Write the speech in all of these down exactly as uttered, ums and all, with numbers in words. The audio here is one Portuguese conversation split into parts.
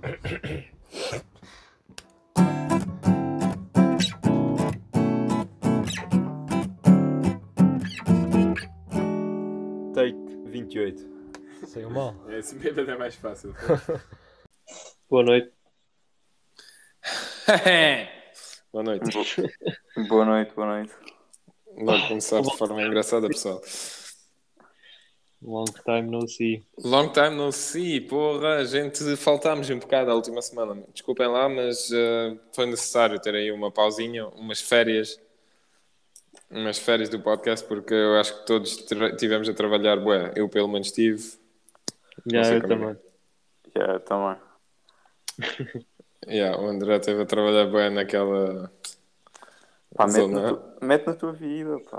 Take vinte e oito. Saiu mal. É, assim bêbado é mais fácil. Boa noite. Boa noite. Boa noite, boa noite. Logo começar de forma engraçada, pessoal. Long time no see. Long time no see, porra, a gente faltámos um bocado a última semana. Desculpem lá, mas uh, foi necessário ter aí uma pausinha, umas férias, umas férias do podcast, porque eu acho que todos tra- tivemos a trabalhar, bué, eu pelo menos tive. Não Já, sei eu como é. também. Já, também. Yeah, o André esteve a trabalhar bué naquela Pá, mete zona. na, tu... mete na tua vida, pá.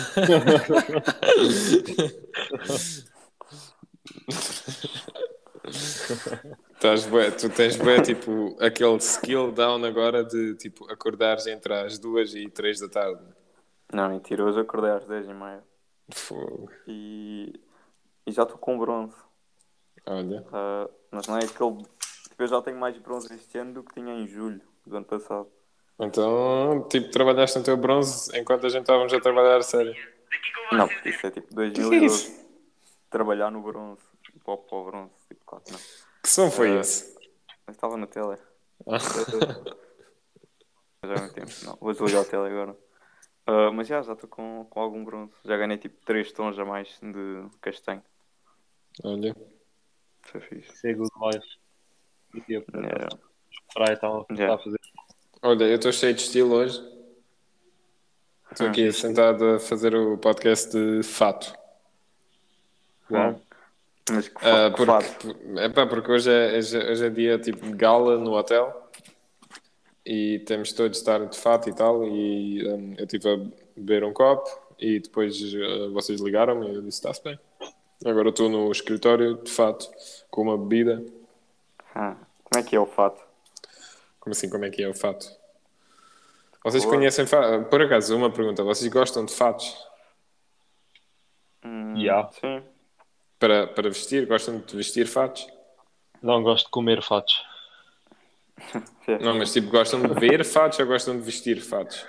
Estás bué, tu tens bué, tipo, aquele skill down agora de, tipo, acordares entre as duas e três da tarde. Não, mentiroso, acordei às dez e meia. Fogo. E, e já estou com bronze. Olha. Uh, mas não é aquele... Tipo, eu já tenho mais bronze este ano do que tinha em julho do ano passado. Então, tipo, trabalhaste no teu bronze enquanto a gente estávamos a trabalhar a sério. Não, porque isso é tipo Que que é dois mil e doze. isso? Trabalhar no bronze. Para o- para o bronze. Tipo, claro que não. Que som foi Uh, esse? Eu estava na tele. Ah. Já há muito tempo. Não, vou desligar a tele agora. Uh, mas já, já estou com, com algum bronze. Já ganhei tipo três tons a mais de castanho. Olha. Foi fixe. Isso é good life. E dia para Yeah. praia estava Yeah. a fazer. Olha, eu estou cheio de estilo hoje. Estou Hum. aqui sentado a fazer o podcast de fato. Hum. Mas que, Ah, fa- que fato. porque, epá, porque hoje é, hoje, é- hoje é dia tipo de gala no hotel e temos todos de estar de fato e tal. E hum, eu estive a beber um copo e depois ah, vocês ligaram-me e eu disse: está-se bem. Agora estou no escritório de fato com uma bebida. Ah, como é que é o fato? Como assim? Como é que é o fato? Vocês Cor? conhecem fato? Por acaso, uma pergunta: vocês gostam de fatos Hum, Yeah. Sim. para, para vestir? Gostam de vestir fatos? Não gosto de comer fatos. Não, mas tipo, gostam de ver fatos ou gostam de vestir fatos?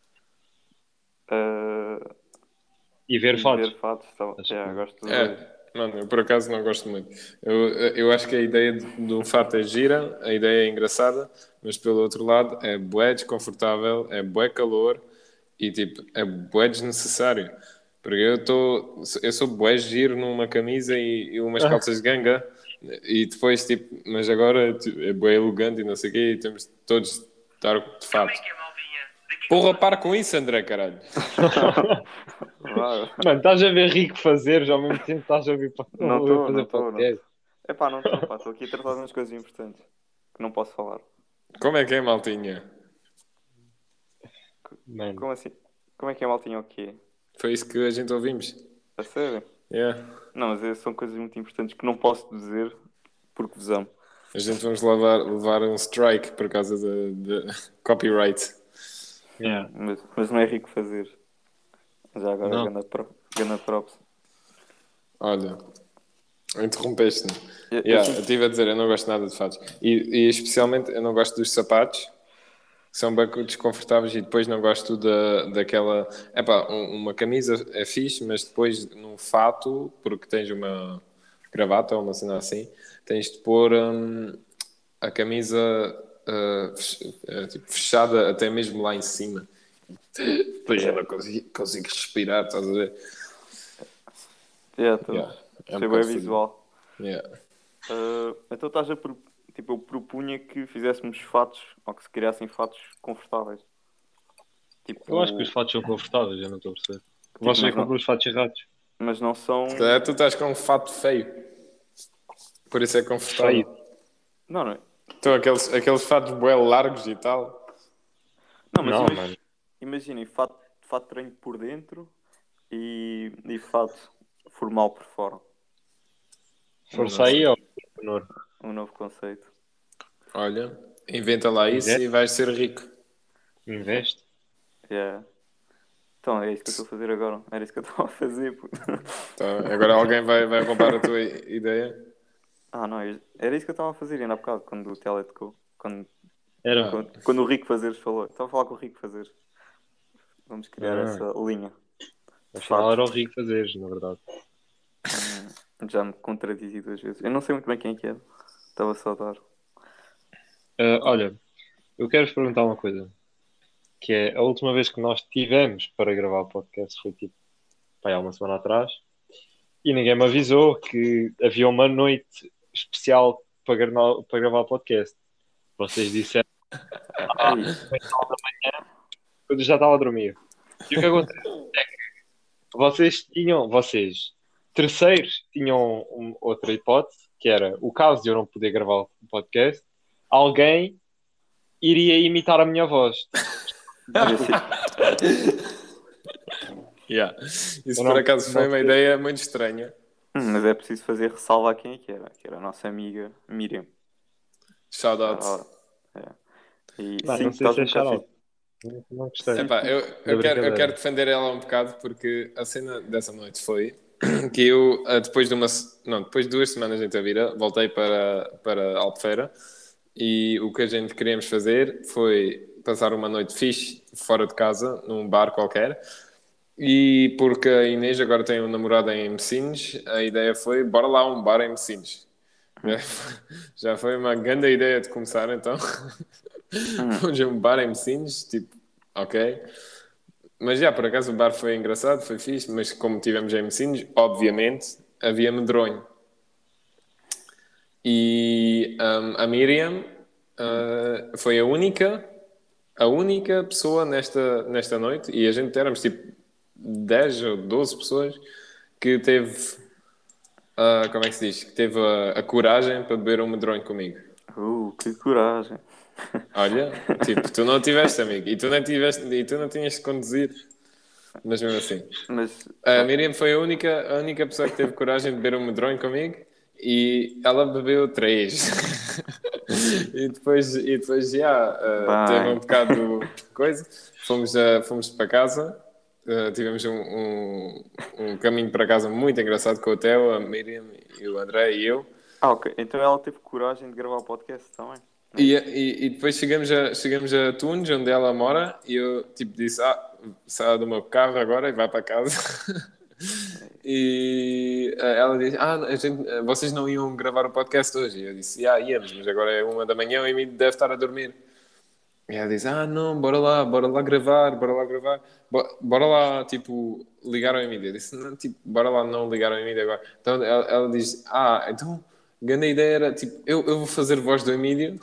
Uh, E ver e fatos. ver fatos. Tá... Acho Yeah, que- gosto dos dois. É, mano, eu por acaso não gosto muito. Eu, eu acho que a ideia de, de um fato é gira, a ideia é engraçada, mas pelo outro lado é bué desconfortável, é bué calor e tipo, é bué desnecessário. Porque eu estou, eu sou bué giro numa camisa e, e umas calças de ganga e depois tipo, mas agora tipo, é bué elegante e não sei o quê e temos todos de estar de fato. Porra, para com isso, André, caralho. Vá. Mano, estás a ver Rico fazer, já ao mesmo tempo estás a ver para Não estou, fazer não estou. podcast. Epá, não estou, pá. Estou aqui a tratar de umas coisas importantes que não posso falar. Como é que é, maltinha? Mano, Como assim? Como é que é maltinha o quê? Foi isso que a gente ouvimos. A sério? Yeah. Não, mas é- são coisas muito importantes que não posso dizer porque vos amo. A gente vamos levar, levar um strike por causa de, de copyright. yeah. Mas, mas não é rico fazer. Já agora Não. ganda, pro, ganda props. Olha, interrompeste-me. Eu- eu Yeah, sinto- eu estive a dizer, eu não gosto nada de fatos. E, e especialmente eu não gosto dos sapatos, que são bem desconfortáveis, e depois não gosto da, daquela... Epá, um- uma camisa é fixe, mas depois num fato, porque tens uma gravata ou uma cena assim, tens de pôr hum, a camisa uh, fech- uh, tipo, fechada até mesmo lá em cima. Depois eu não consigo, consigo respirar, estás a ver? Yeah, tô. Yeah, é um Foi bem bocado fodido. visual. Yeah. Uh, então estás a pro- tipo, eu propunha que fizéssemos fatos ou que se criassem fatos confortáveis. Tipo, Eu acho que os fatos são confortáveis, eu não estou a perceber. Tipo, Vocês mas não- compram os fatos errados. mas não são. Se calhar tu estás com um fato feio. Por isso é confortável. Feio. Não, não é. Então aqueles, aqueles fatos bué largos e tal. Não, mas Não, imagi- mano. imaginem, fato, fato de treino por dentro e, e fato formal por fora. Força aí, ó. Honor. Um novo conceito. Olha, inventa lá isso Inventa. e vais ser rico. Investe. Yeah. Então é isso que eu estou a fazer agora. Era isso que eu estava a fazer. puto. Tá, agora alguém vai, vai roubar a tua ideia. Ah, não, eu- era isso que eu estava a fazer ainda há bocado, quando o tele tocou. Quando, Era. quando, quando o Rico Fazeres falou. Estava a falar com o Rico Fazeres. Vamos criar Ah, essa linha. De afinal era o fatos. Rico fazeres, na verdade. Hum, já me contradizes duas vezes. Eu não sei muito bem quem é que é. Estava só a dar. Ah, olha, eu quero-vos perguntar uma coisa. Que é a última vez que nós tivemos para gravar o podcast foi tipo, pá, há uma semana atrás. E ninguém me avisou que havia uma noite especial para, gra- para gravar o podcast. Vocês disseram Ei, que eu já estava a dormir. E o que acontece? Vocês tinham, vocês, terceiros, tinham um- outra hipótese, que era o caso de eu não poder gravar o podcast, alguém iria imitar a minha voz. devia ser- Yeah. Isso Eu por não- acaso foi não uma sei. ideia muito estranha. Hum, mas é preciso fazer ressalva a quem é que era. Que era a nossa amiga Miriam. Shout out. Shout out. É. E Não, sim, não sei estás se é um bocado shout-out. Não, não gostei. Sim. Epá, eu, eu, Da quero, eu brincadeira. quero defender ela um bocado porque a cena dessa noite foi que eu, ah, depois de uma, se- não, depois de duas semanas em Tavira, voltei para, para Albufeira e o que a gente queríamos fazer foi passar uma noite fixe fora de casa, num bar qualquer. E porque a Inês agora tem um namorado em Messines, a ideia foi, bora lá a um bar em Messines. Já foi- Já foi uma grande ideia de começar, então. Fomos a um bar em Messines, tipo, ok. Mas já, por acaso, o bar foi engraçado, foi fixe, mas como tivemos em Messines, obviamente, havia medronho. E hum, a Miriam ah, foi a única, a única pessoa nesta, nesta noite, e a gente éramos tipo dez ou doze pessoas, que teve, ah, como é que se diz? Que teve a, a coragem para beber um medronho comigo. Uh, que coragem. Olha, tipo, tu não tiveste, amigo, e tu não tiveste, e tu não tinhas de conduzir, mas mesmo assim. Mas A Miriam foi a única, a única pessoa que teve coragem de beber um medronho comigo e ela bebeu três. e depois, e depois já uh, teve um bocado de coisa. Fomos, uh, fomos para casa, uh, tivemos um, um, um caminho para casa muito engraçado com o Theo, a Miriam e o André e eu. Ah, ok. Então ela teve coragem de gravar o podcast também. E, e, e depois chegamos a, chegamos a Tunes, onde ela mora, e eu tipo disse: Ah, sai do meu carro agora e vai para casa. E uh, ela disse: Ah, a gente, uh, vocês não iam gravar o podcast hoje? E eu disse: Ah, íamos, mas agora é uma da manhã e o Emílio deve estar a dormir. E ela disse: Ah, não, bora lá, bora lá gravar, bora lá gravar, Bo- bora lá, tipo, ligar ao Emílio. Eu disse: Não, tipo, bora lá não ligar ao Emílio agora. Então ela, ela diz: Ah, então. Grande ideia era, tipo, eu, eu vou fazer voz do Emílio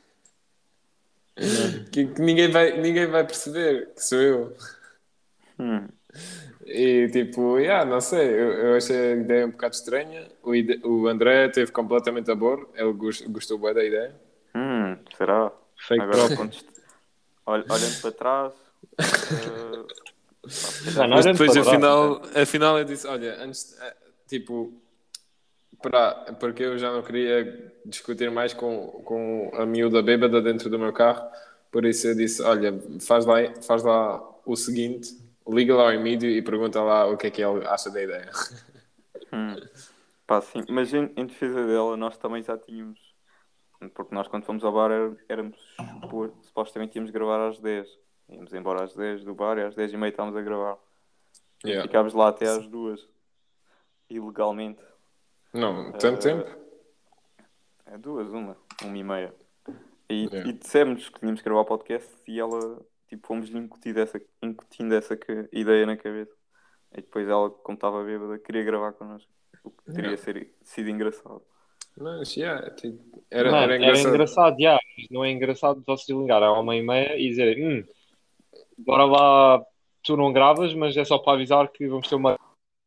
que, que ninguém, vai, ninguém vai perceber que sou eu. Hum. E tipo, yeah, não sei, eu, eu achei a ideia um bocado estranha. O, ide- o André teve completamente a bor, ele gost, gostou bem da ideia. Hum, será? Fake Agora, próprio. quando est- ol- olhando para trás, eh, pá, se calhar- Não, não Mas olhando depois, para trás, afinal, afinal, eu disse: Olha, antes, eh, tipo, para, porque eu já não queria discutir mais com, com a miúda bêbada dentro do meu carro, por isso eu disse: Olha, faz lá, faz lá o seguinte, liga lá ao Emílio e pergunta lá o que é que ele acha da ideia. Hum. Pá, sim. Mas em, em defesa dela, nós também já tínhamos. Porque nós, quando fomos ao bar, era- éramos. supor- supostamente íamos gravar às dez. Íamos embora às dez do bar e às dez e meia estávamos a gravar. Yeah. Ficámos lá até às duas. Ilegalmente. Não, tanto Eh, tempo. É duas, uma. Uma e meia. E, Yeah. e dissemos que tínhamos que gravar o podcast e ela, tipo, fomos-lhe incutindo essa, incutindo essa que- ideia na cabeça. E depois ela, como estava bêbada, queria gravar connosco. O que teria Yeah. ser, sido engraçado. Mas, yeah, tipo, era, Mano, era engraçado. era engraçado, já, mas não é engraçado vocês ligarem à uma e meia e dizerem: Hum, bora lá, tu não gravas, mas é só para avisar que vamos ter uma.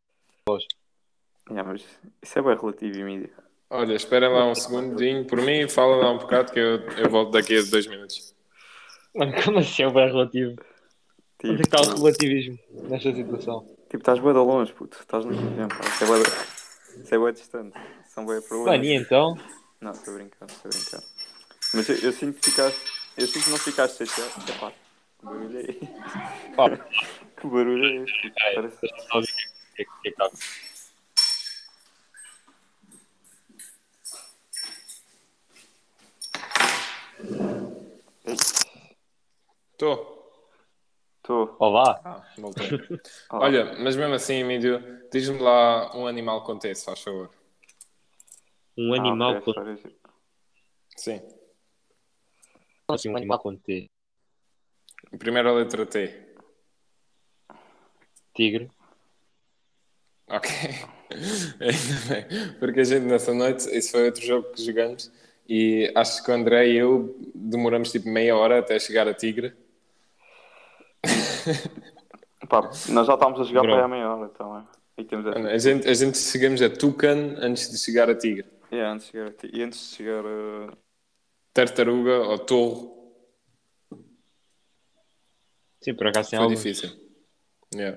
Yeah, mas isso é bem relativo e mídia. Olha, espera lá um segundinho por mim e fala lá um bocado que eu, eu volto daqui a dois minutos. Mano, como assim é bem relativo? Onde é que Tipo, está o relativismo nesta situação? tipo estás bué de longe, puto. Estás no tempo. Isso é bué de- isso é bué distante. São bué problemas. Mano, e então? Não, estou a brincar, estou a brincar. Mas eu, eu sinto que ficaste. Eu sinto que não ficaste chateado. Epá, que barulho é esse? Pá, Que barulho é esse? puto? Parece... deixa-me só ver o que é que- o que é que há. Estou. Estou. Olá. Ah, voltei. Ah, Olha, mas mesmo assim, Emílio, diz-me lá um animal com T, se faz favor. Um ah, animal ok, com... história gira. Sim. Assim, um animal com T. Primeira letra T. Tigre. Ok. Ainda bem. Porque a gente nessa noite, esse foi outro jogo que jogamos, e acho que o André e eu demoramos tipo meia hora até chegar a Tigre. Pá, nós já estávamos a jogar para aí há Bro. meia hora também. E temos essa A desculpa. gente, a gente chegamos a Tucan antes de chegar a Tigre. É, antes de chegar a ti. E antes de chegar a. Tartaruga ou Torro Sim, por acaso tem foi alguns. difícil. Yeah.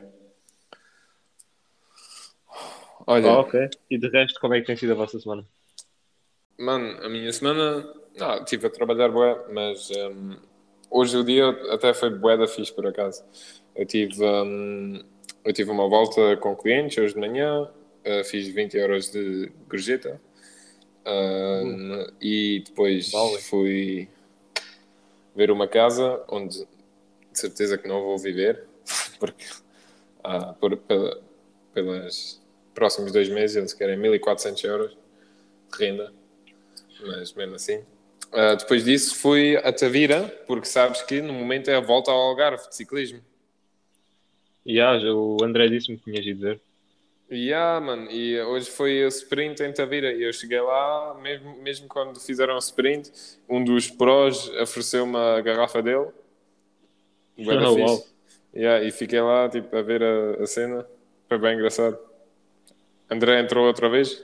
Ah, Olha, ok. E de resto, como é que tem sido a vossa semana? mano, a minha semana, não, estive a trabalhar bué, mas hum, hoje o dia até foi bué da fixe, por acaso. Eu tive, hum, eu tive uma volta com clientes hoje de manhã, uh, fiz vinte euros de gorjeta, hum, e depois Vale. fui ver uma casa onde de certeza que não vou viver, porque ah, por, pela, pelas próximos dois meses eles querem mil e quatrocentos euros de renda, mas mesmo assim. Ah, depois disso fui a Tavira, porque sabes que no momento é a volta ao Algarve de ciclismo. E ah, já o André disse-me que tinhas ido ver. E ah, mano, e hoje foi o sprint em Tavira e eu cheguei lá, mesmo, mesmo quando fizeram o sprint, um dos prós ofereceu uma garrafa dele, bué da Oh, uau. fixe. Yeah, e fiquei lá tipo, a ver a, a cena, foi bem engraçado. André entrou outra vez?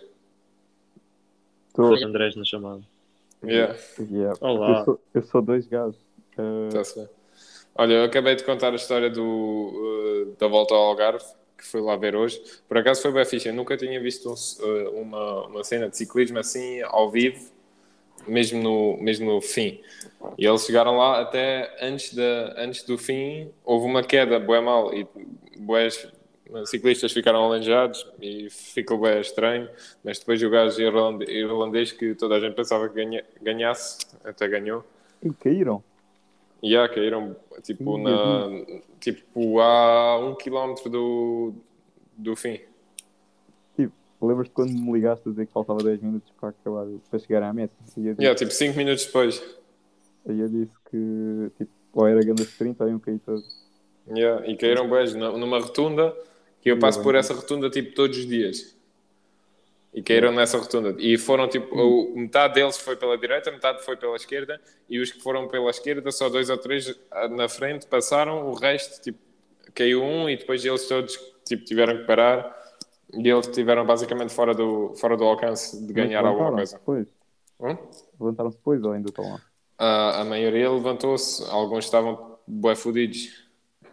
Estou. Andrés na chamada. Yeah, Yeah, porque eu Olá. sou, eu sou dois gajos. Uh, está-se bem. Olha, eu acabei de contar a história do, uh, da volta ao Algarve, que fui lá ver hoje. Por acaso foi bem fixe. Eu nunca tinha visto um, uh, uma, uma cena de ciclismo assim, ao vivo, mesmo no, mesmo no fim. E eles chegaram lá até antes, da, antes do fim, houve uma queda, bué mal, e bués ciclistas ficaram aleijados e ficou bué estranho, mas depois o gajo irlande- irlandês que toda a gente pensava que ganha, ganhasse, até ganhou. e caíram. E yeah, caíram tipo, Ia na, tipo a um quilómetro do, do fim. Tipo, lembras-te quando me ligaste a dizer que faltava dez minutos para acabar, para chegar à meta? E eu Yeah, disse, tipo cinco minutos depois. aí eu disse que tipo, ou era grande sprint ou iam cair todos. Yeah, e caíram bués na- numa rotunda que eu Ia passo bem, por essa rotunda tipo todos os dias. E caíram yeah. nessa rotunda. E foram tipo, Ih, o- metade deles foi pela direita, metade foi pela esquerda, e os que foram pela esquerda, só dois ou três ah, na frente passaram, o resto tipo, caiu um e depois eles todos tipo, tiveram que parar e eles estiveram basicamente fora do, fora do alcance de mas ganhar alguma levantaram-se coisa. depois. Hum? Levantaram-se depois ou ainda estão lá? A, a maioria levantou-se, alguns estavam bué fodidos.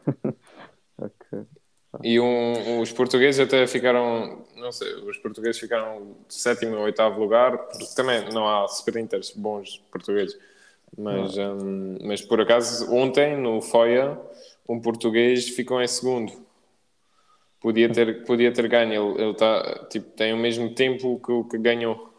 Ok. E um, os portugueses até ficaram, não sei, os portugueses ficaram sétimo ou oitavo lugar, porque também não há sprinters bons portugueses. Mas, Ah, hum, mas por acaso, ontem no Foia, um português ficou em segundo. Podia ter, podia ter ganho, ele, ele tá, tipo, tem o mesmo tempo que o que ganhou.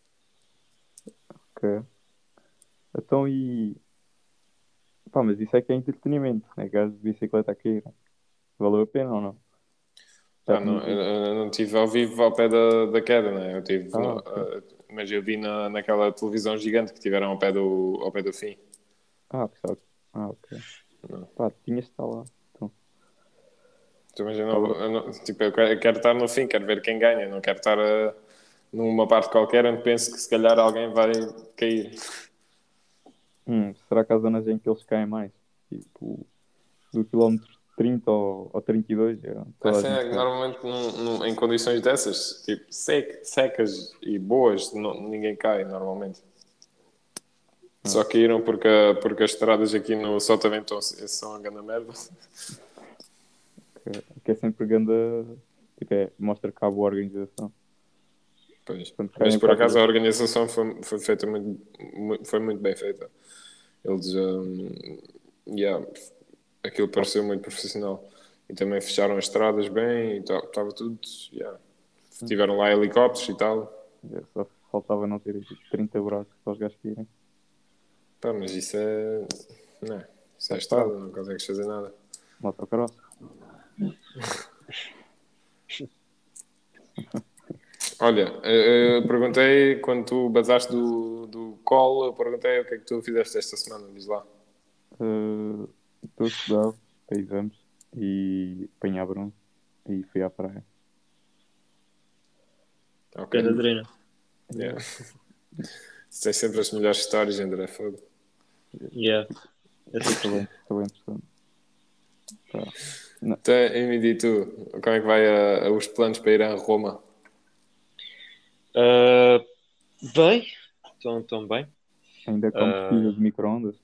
ok. Então e. Pá, mas isso é que é entretenimento, né? Gajos de bicicleta a cair. Valeu a pena ou não? Já Ah, não, tinhas eu, visto? eu não estive ao vivo ao pé da, da queda, né? Eu tive, Ah, no- ok. ah, mas eu vi na, naquela televisão gigante que tiveram ao pé do, ao pé do fim. Ah, pessoal. Ah, ok. Pá, tinhas de estar lá. Então, Então, mas eu não, estava. eu não- tipo, eu quero, eu quero estar no fim, quero ver quem ganha, não quero estar ah, numa parte qualquer onde penso que se calhar alguém vai cair. Hum, será que há zonas em que eles caem mais? Tipo, do quilómetro trinta ao, ao trinta e dois, é, toda a Assim, gente é que cai. normalmente num- num- em condições dessas, tipo, sec- secas e boas, não- ninguém cai normalmente. Ah, Só caíram porque, porque as estradas aqui no Sotavento são a grande merda. que, que é sempre grande. Tipo, é, mostra que há boa organização. Pois. Quando Mas caem por por causa acaso a das. organização foi, foi feita muito, muito- foi muito bem feita. Eles, um, yeah, aquilo Só, pareceu muito profissional. E também fecharam as estradas bem e estava tudo, yeah. Tiveram lá helicópteros e tal. é, só faltava não ter tipo, trinta buracos para os gajos caírem. Pá, mas isso é, não, Isso é estrada, não consegues fazer nada. Motocross. Olha, eu, eu perguntei, quando tu basaste do, do call, eu perguntei o que é que tu fizeste esta semana, diz lá. Uh, Estou a estudar para exames e apanhar bronze e fui à praia. Ok. Grande adrena. Yeah. Tens sempre as melhores histórias, André, foda. Yeah. É Estou super. bem, estou bem interessante. Tá. Então, Emily, e tu, como é que vai a, a os planos para ir a Roma? Ah, bem, estão tão bem. Ainda comes Ah, pizza de micro-ondas?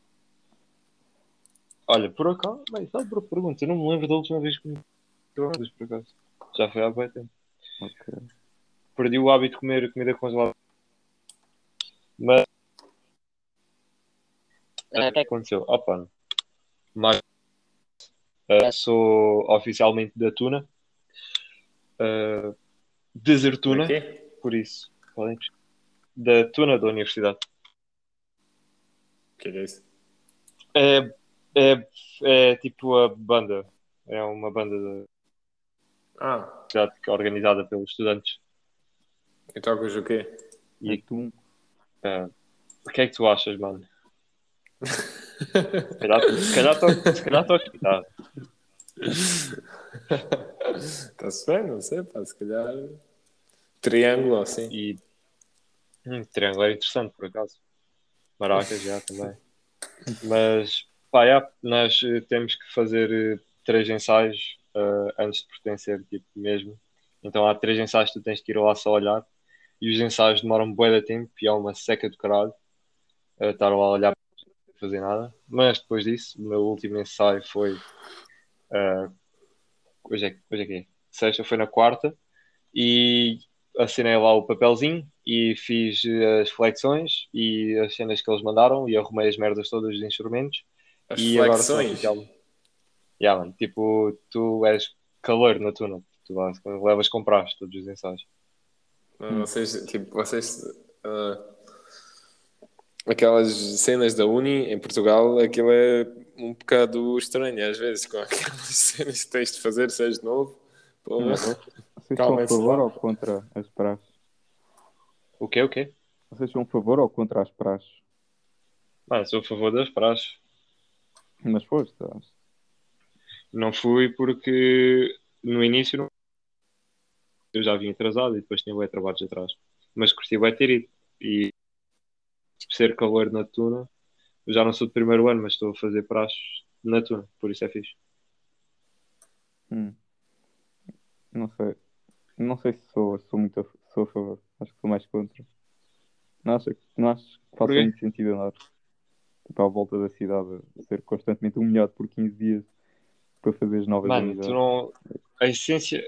olha, por acaso, bem, só por pergunta, eu não me lembro da última vez que me micro-ondas, por acaso. Já foi há bem tempo. Ok. Perdi o hábito de comer comida congelada. Mas ah, o que é que aconteceu? Opa, mas ah, sou oficialmente da Tuna, ah, desertuna, Daqui? por isso, podem da Tuna da Universidade. O que é isso? É, é, é tipo a banda, é uma banda de Ah, cidade que é organizada pelos estudantes. e tocas o quê? É E tu? ah, o que é que tu achas, mano? Se calhar, se calhar toco, se calhar toco guitarra. Está-se bem, não sei, pá, se calhar triângulo ou assim. E hum, triângulo era interessante, por acaso. Maracas já também. Mas, pá, já, nós eh, temos que fazer eh, três ensaios eh, antes de pertencer, tipo, mesmo. Então há três ensaios que tu tens que ir lá só olhar. E os ensaios demoram bué de tempo e é uma seca do caralho eh, estar lá a olhar para fazer nada. Mas depois disso, o meu último ensaio foi. eh, hoje é, hoje é que é? Sexta, foi na quarta. E assinei lá o papelzinho e fiz eh, as flexões e as cenas que eles mandaram e arrumei as merdas todas dos instrumentos As e agora sou flexões. oficial. Yeah, mano, tipo, tu és calor na tuna, tu vais, levas com praxe todos os ensaios. Não, Vocês, tipo, vocês. ah, aquelas cenas da Uni em Portugal, aquilo é um bocado estranho às vezes, com aquelas cenas que tens de fazer, se és novo. Porra. Sim, vocês são a Calmem-se favor lá. ou contra as praxes? O quê, o quê? Vocês são a favor ou contra as praxes? Mano, sou a favor das praxes. Mas foste, acho. Não fui porque no início não- eu já vim atrasado e depois tinha bué trabalhos atrás. Mas curti bué ter ido. E ser calor na tuna, eu já não sou de primeiro ano, mas estou a fazer praxes na tuna, por isso é fixe. Hum, não sei. Não sei se sou, sou muito a, sou a favor. Acho que sou mais contra. Não acho, não acho que faça Porquê? muito sentido andar tipo, à volta da cidade, a ser constantemente humilhado por quinze dias para fazer novas Mano, tu amizades. não. A essência.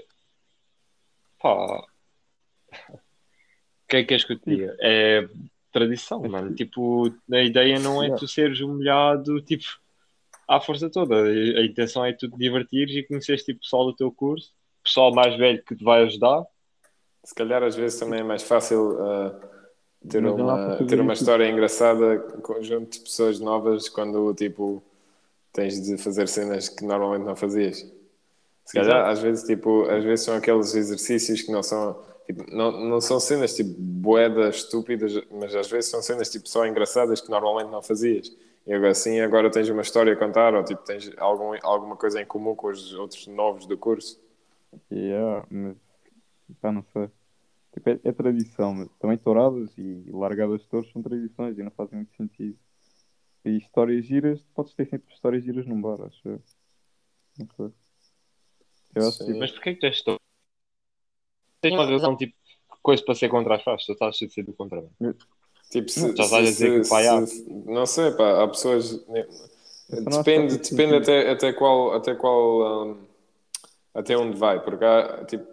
Pá, o que é que queres que eu te Tipo, diga? É tradição, acho mano. que, Tipo, a ideia não é yeah, tu seres humilhado, tipo, à força toda. A, a intenção é tu te divertires e conheceres, tipo, pessoal do teu curso, pessoal mais velho que te vai ajudar. Se calhar às vezes também é mais fácil ah, ter mas não dá para uma, fazer ter uma isso. história engraçada com um conjunto de pessoas novas quando tipo tens de fazer cenas que normalmente não fazias. Se calhar Exato. às vezes tipo, às vezes são aqueles exercícios que não são tipo, não, não são cenas tipo boedas estúpidas, mas às vezes são cenas tipo só engraçadas que normalmente não fazias. E agora sim, agora tens uma história a contar ou tipo tens algum, alguma coisa em comum com os outros novos do curso. Yeah, mas pá, não sei. Tipo, é, é tradição, mas também touradas e largadas de touros são tradições e não fazem muito sentido. E histórias giras, podes ter sempre histórias giras num bar, acho eu. Não sei. Eu acho que Sim. Mas porquê que tens todo? Tens uma razão, tipo, coisa para ser contra as faixas, tu estás a ser do contra. eu, Tipo, não, se, Já estás se, a dizer que se, o pai há. se- não sei, pá, há pessoas. né, eu só não acho que Depende, faça depende sentido. até, até qual, até qual, hum, até onde vai, porque há, tipo,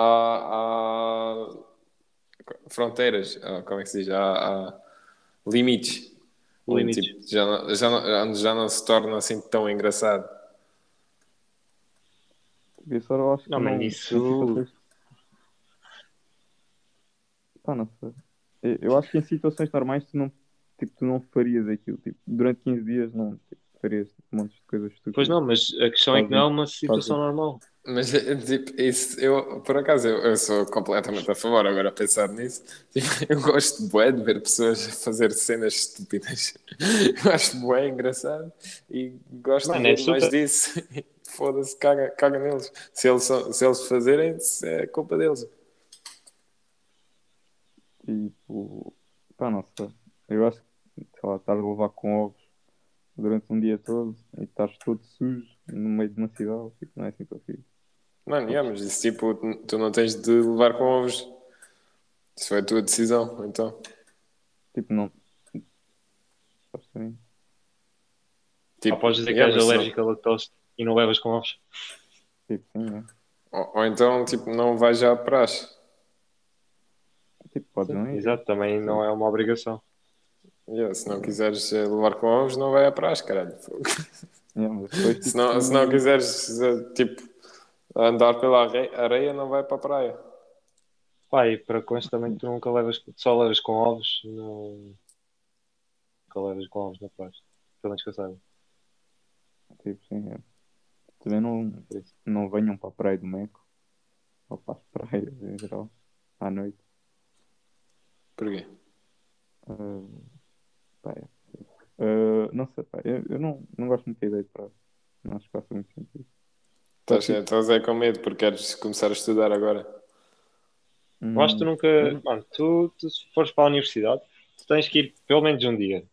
há, há fronteiras, ah, como é que se diz? Há, há limites, onde Limites. tipo, já, não- já, não, onde já não se torna assim tão engraçado. Eu só acho que Não, mas não. Em isso. situações. Pá, não sei. Eu, eu acho que em situações normais tu não, tipo, tu não farias aquilo. Tipo, durante quinze dias não. Tipo, farias tipo, um monte de coisas estúpidas. Pois não, mas a questão é que não é uma situação normal. Mas, eh, tipo, isso, eu, por acaso, eu, eu sou completamente a favor agora a pensar nisso. Tipo, eu gosto bué de ver pessoas a fazer cenas estúpidas. Eu acho bué engraçado e gosto Mano, de é ver mais super. disso. Foda-se, caga, caga neles. Se eles, são- se eles fazerem, é culpa deles. Tipo, pá, não sei. Eu acho que, sei lá, estás a levar com ovos durante um dia todo e estás todo sujo no meio de uma cidade, tipo, não é assim que eu fiz. Mano, yeah, mas isso, tipo, tu não tens de levar com ovos. Isso foi a tua decisão, então. Tipo, não. Sabes também? Ah, Tipo, podes dizer que yeah, és mas se não- alérgico a lactose e não levas com ovos. Tipo, sim, é. Ou, ou então, tipo, não vais já à praxe. Tipo, podes Sim, não ir. exato, também não é uma obrigação. Yeah, se não quiseres eh, levar com ovos, não vai à praxe, caralho. Fogo. Yeah, mas depois, Se tipo, não, se não quiseres, eh, tipo, andar pela are- areia, não vai para a praia. Pá, e para consta também tu nunca levas, só levas com ovos, não, nunca levas com ovos na praia. Pelo menos que eu saiba. tipo, sim, é. Também não, Por isso. não venham para a praia do Meco ou para as praias em geral, à noite. Porquê? Ah, pá, é. Ah, não sei, pá, eu, eu não, não gosto muito da ideia de praia. Não acho que faça muito sentido. Só Estás, tipo, estás aí com medo porque queres começar a estudar agora. Eu acho que tu hum, nunca. eu não- Mano, tu, tu se fores para a universidade, tu tens que ir pelo menos um dia.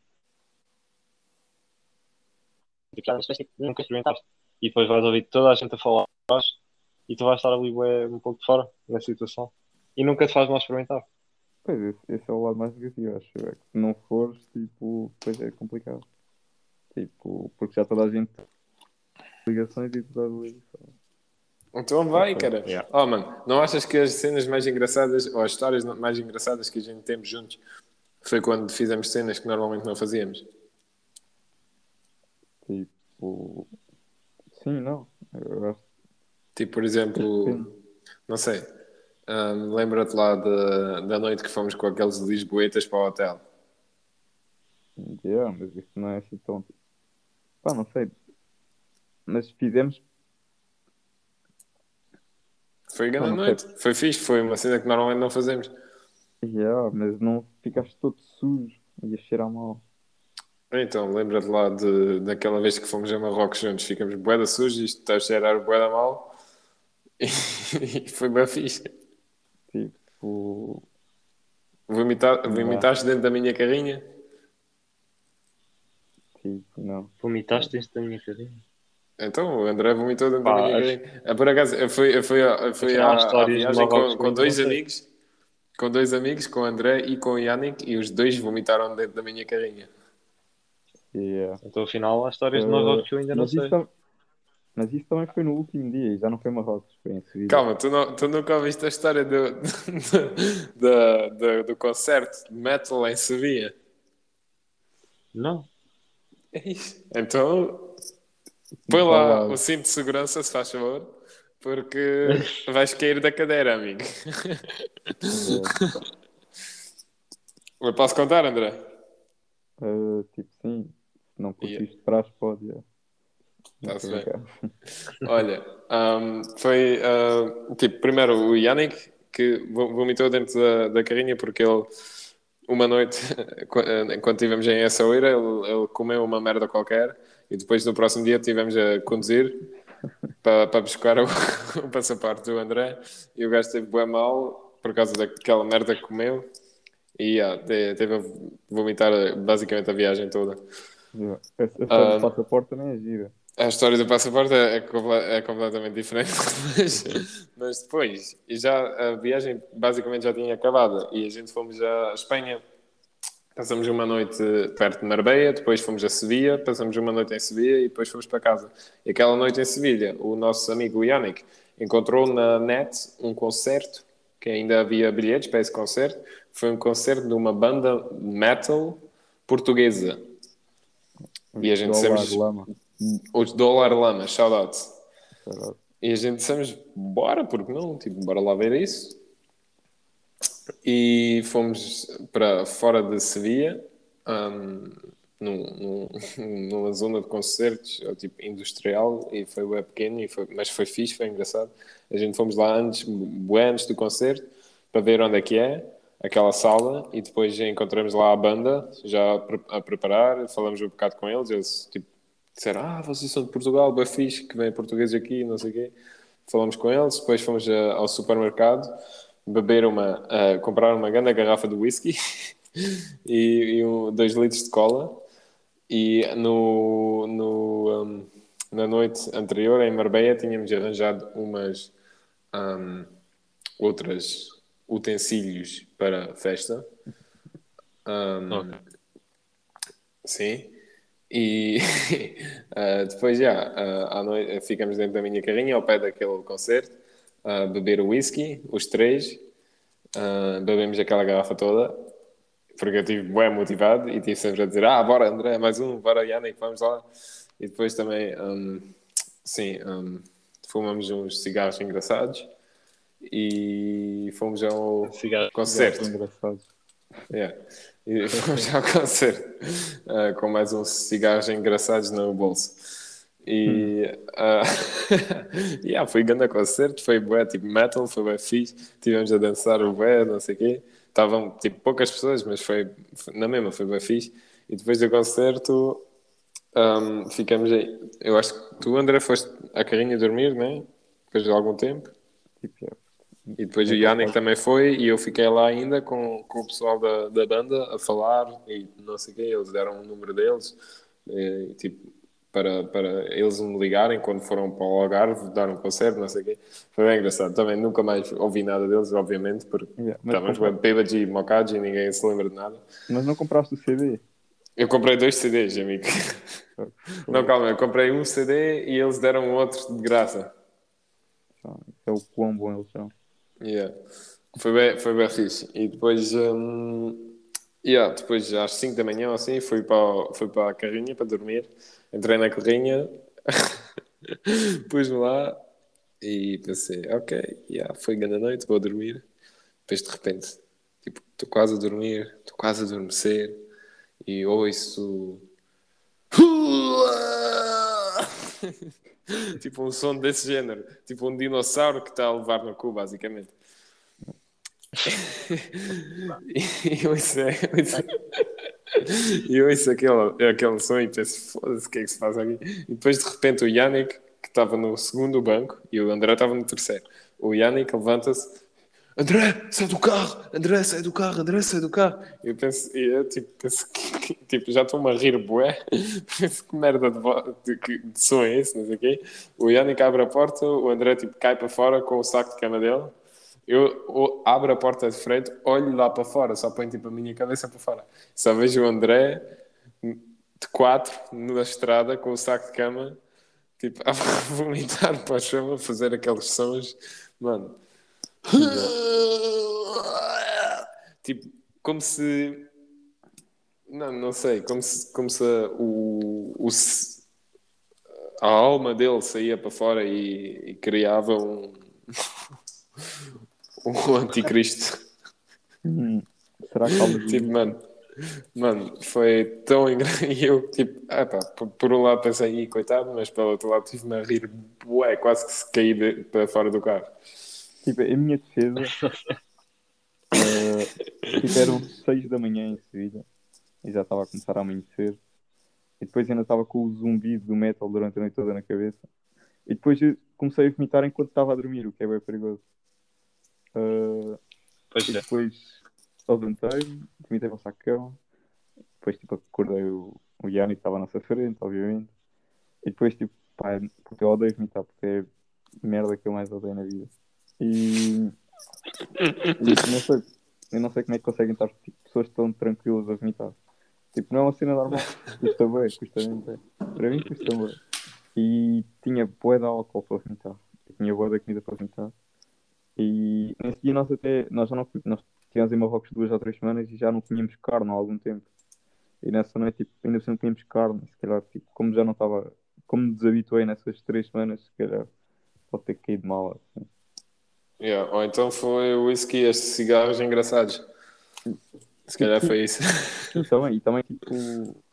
Tipo, já não sei se nunca experimentaste. E depois vais ouvir toda a gente a falar e tu vais estar ali bué, um pouco de fora na situação. E nunca te faz mal experimentar. pois, esse, esse é o lado mais negativo, acho. eu. É que se não fores, tipo, depois é complicado. Tipo, porque já toda a gente tem ligações e tu estás ali. só- Então só vai, sei. cara. Yeah. Oh, mano, não achas que as cenas mais engraçadas, ou as histórias mais engraçadas que a gente temos juntos, foi quando fizemos cenas que normalmente não fazíamos? Tipo, sim, não. Eu acho Tipo, por que depende. exemplo, não sei, hum, lembra-te lá da, da noite que fomos com aqueles lisboetas para o hotel? Yeah, mas isso não é assim tão. Pá, não sei. Mas fizemos. Foi Pá, grande não sei. noite, foi fixe, foi uma cena que normalmente não fazemos. Yeah, mas não ficaste todo sujo e a cheirar mal. Então, lembra-te lá de, daquela vez que fomos a Marrocos juntos, ficamos bué da sujos, isto está a cheirar bué da mal, e, e foi bem fixe. Tipo, Vomitar, não. vomitaste dentro da minha carrinha? Tipo, não. Vomitaste dentro da minha carinha. Então, o André vomitou dentro da Pá, minha af- carrinha. Ah, por acaso, eu fui, eu fui, eu fui afinal, as à, à histórias de viagem Marrocos com, com comigo não dois sei. amigos, com dois amigos, com o André e com o Yannick, e os dois vomitaram dentro da minha carrinha. Yeah. Então, afinal, há histórias de Uh, Marrocos que eu ainda não mas, isso sei. tam- mas isso também foi no último dia e já não foi Marrocos, foi em Sevilha. Calma, tu, não, tu nunca ouviste a história do, do, do, do, do concerto de metal em Sevilha? Não. É isso. Então, põe Vá lá lá. o cinto de segurança, se faz favor, porque vais cair da cadeira, amigo. Yeah. Eu posso contar, André? Uh, tipo, sim. Se não Yeah. curtiste trás, pode. Yeah. Não Está-se estou a bem. brincar. Olha, ahm, foi ah, tipo, primeiro o Yannick que vo- vomitou dentro da, da carrinha porque ele, uma noite, qu- ah, enquanto estivemos em Essaouira, ele, ele comeu uma merda qualquer e depois no próximo dia estivemos a conduzir para, para buscar o, o passaporte do André e o gajo esteve bem mal por causa daquela merda que comeu e ah, te- teve a vomitar basicamente a viagem toda. Yeah. A, a história do Ah, passaporte também é gira. A história do passaporte é, é, comple- é completamente diferente, mas, mas depois, e já a viagem basicamente já tinha acabado e a gente fomos à Espanha, passamos uma noite perto de Marbella, depois fomos a Sevilha, passamos uma noite em Sevilha e depois fomos para casa. E aquela noite em Sevilha, o nosso amigo Yannick encontrou na net um concerto, que ainda havia bilhetes para esse concerto, foi um concerto de uma banda metal portuguesa. E a gente Dólar, dissemos, lama. os Dólar Lama, shout out. Caralho. E a gente dissemos, bora, porque não? Tipo, bora lá ver isso. E fomos para fora de Sevilha, hum, num, num- numa zona de concertos, ou, tipo industrial, e foi bem pequeno, e foi, mas foi fixe, foi engraçado. A gente fomos lá antes, bué antes do concerto, para ver onde é que é, aquela sala, e depois encontramos lá a banda, já a pre- a preparar, falamos um bocado com eles, eles tipo, disseram, ah, vocês são de Portugal, bem fixe, que vêm portugueses aqui, não sei o quê. Falamos com eles, depois fomos a- ao supermercado, beber uma, uh, comprar uma grande garrafa de whisky e, e um, dois litros de cola. E no, no, um, na noite anterior, em Marbella, tínhamos arranjado umas um, outras utensílios para a festa. Um, Ok. Sim. E uh, depois, já, uh, à noite, ficamos dentro da minha carrinha, ao pé daquele concerto, a beber o whisky, os três. Uh, bebemos aquela garrafa toda, porque eu estive bem motivado e estive sempre a dizer: Ah, bora André, mais um, bora Yannick, vamos lá. E depois também, um, sim, um, fumamos uns cigarros engraçados e fomos ao Cigarro. Cigarros concerto. engraçados. Yeah. E fomos ao concerto uh, com mais uns cigarros engraçados no bolso. E uh, yeah, foi grande concerto, foi bué, tipo metal, foi bem fixe. Tivemos a dançar o bué, não sei o quê. Estavam tipo poucas pessoas, mas foi, foi na mesma, foi bem fixe. E depois do concerto, um, ficamos aí. Eu acho que tu, André, foste à carrinha dormir, né? Depois de algum tempo. Tipo, é, E depois o naquele Yannick caso, também foi e eu fiquei lá ainda com, com o pessoal da, da banda a falar e não sei o quê, eles deram o número deles e, tipo, para, para eles me ligarem quando foram para o Algarve dar um concerto, não sei o quê. Foi bem engraçado. Também nunca mais ouvi nada deles, obviamente, porque yeah, mas, estávamos compra... bem bêbados e mocados e ninguém se lembra de nada. mas não compraste o C D? Eu comprei dois C Ds, amigo. Não, Pô, calma, eu comprei um C D e eles deram outro de graça. isso é o quão bom eles são. Yeah. Foi bem, foi bem fixe. E depois, hum, yeah, depois às cinco da manhã ou assim, fui para, o- fui para a carrinha para dormir. Entrei na carrinha, pus-me lá e pensei, ok, yeah, foi grande noite, vou dormir. Depois de repente, tipo, estou quase a dormir, estou quase a adormecer e ouço. Tipo um som desse género, tipo um dinossauro que está a levar no cu, basicamente. E eu ouço, eu ouço, e eu ouço aquele, aquele som e penso, foda-se, o que é que se faz aqui? E depois de repente o Yannick, que estava no segundo banco, e o André estava no terceiro, o Yannick levanta-se, André, sai do carro, André, sai do carro, André, sai do carro. E eu penso, e eu tipo, penso que, tipo, já estou-me a rir bué, penso que merda de, vo- de, de, de som é esse, não sei o quê. O Yannick abre a porta, o André tipo, cai para fora com o saco de cama dele. Eu o- abro a porta de frente, olho lá para fora, só ponho tipo a minha cabeça para fora. Só vejo o André de quatro na estrada com o saco de cama, tipo, a vomitar para o chão, a fazer aqueles sons, mano. Yeah. Tipo, como se. Não, não sei, como se, como se o, o, a alma dele saía para fora e, e criava um, um anticristo. Hum, será que almas Tipo, existem? mano, mano, foi tão engraçado. E eu, tipo, ah, pá, por, por um lado pensei, "Ih, coitado, mas pelo outro lado tive-me a rir, bué, quase que se caí de- para fora do carro. Tipo, em minha defesa, uh, tipo, eram seis da manhã em Sevilha e já estava a começar a amanhecer. E depois ainda estava com o zumbido do metal durante a noite toda na cabeça. E depois eu comecei a vomitar enquanto estava a dormir, o que é bem perigoso. Uh, Pois e é. depois levantei-me, vomitei para o sacão. Depois, tipo, acordei o, o Yanni que estava à nossa frente, obviamente. E depois, tipo, pá, porque eu odeio vomitar, porque é a merda que eu mais odeio na vida. E, e não sei, eu não sei como é que conseguem estar tipo, pessoas tão tranquilas a vomitar. Tipo, não é uma cena normal. Custa bem, custa bem. bem. Para mim, custa bem. E tinha bué de álcool para vomitar. Eu tinha bué da comida para vomitar. E nesse dia nós até, nós já não, nós tivemos em Marrocos duas ou três semanas e já não comíamos carne há algum tempo. E nessa noite, tipo, ainda assim não comíamos carne. Se calhar, tipo, como já não estava, como me desabituei nessas três semanas, se calhar pode ter caído mal. Assim. Yeah. Ou então foi o whisky e estes cigarros engraçados. Se Tipo, calhar sim, foi isso. sim, também. E também, tipo,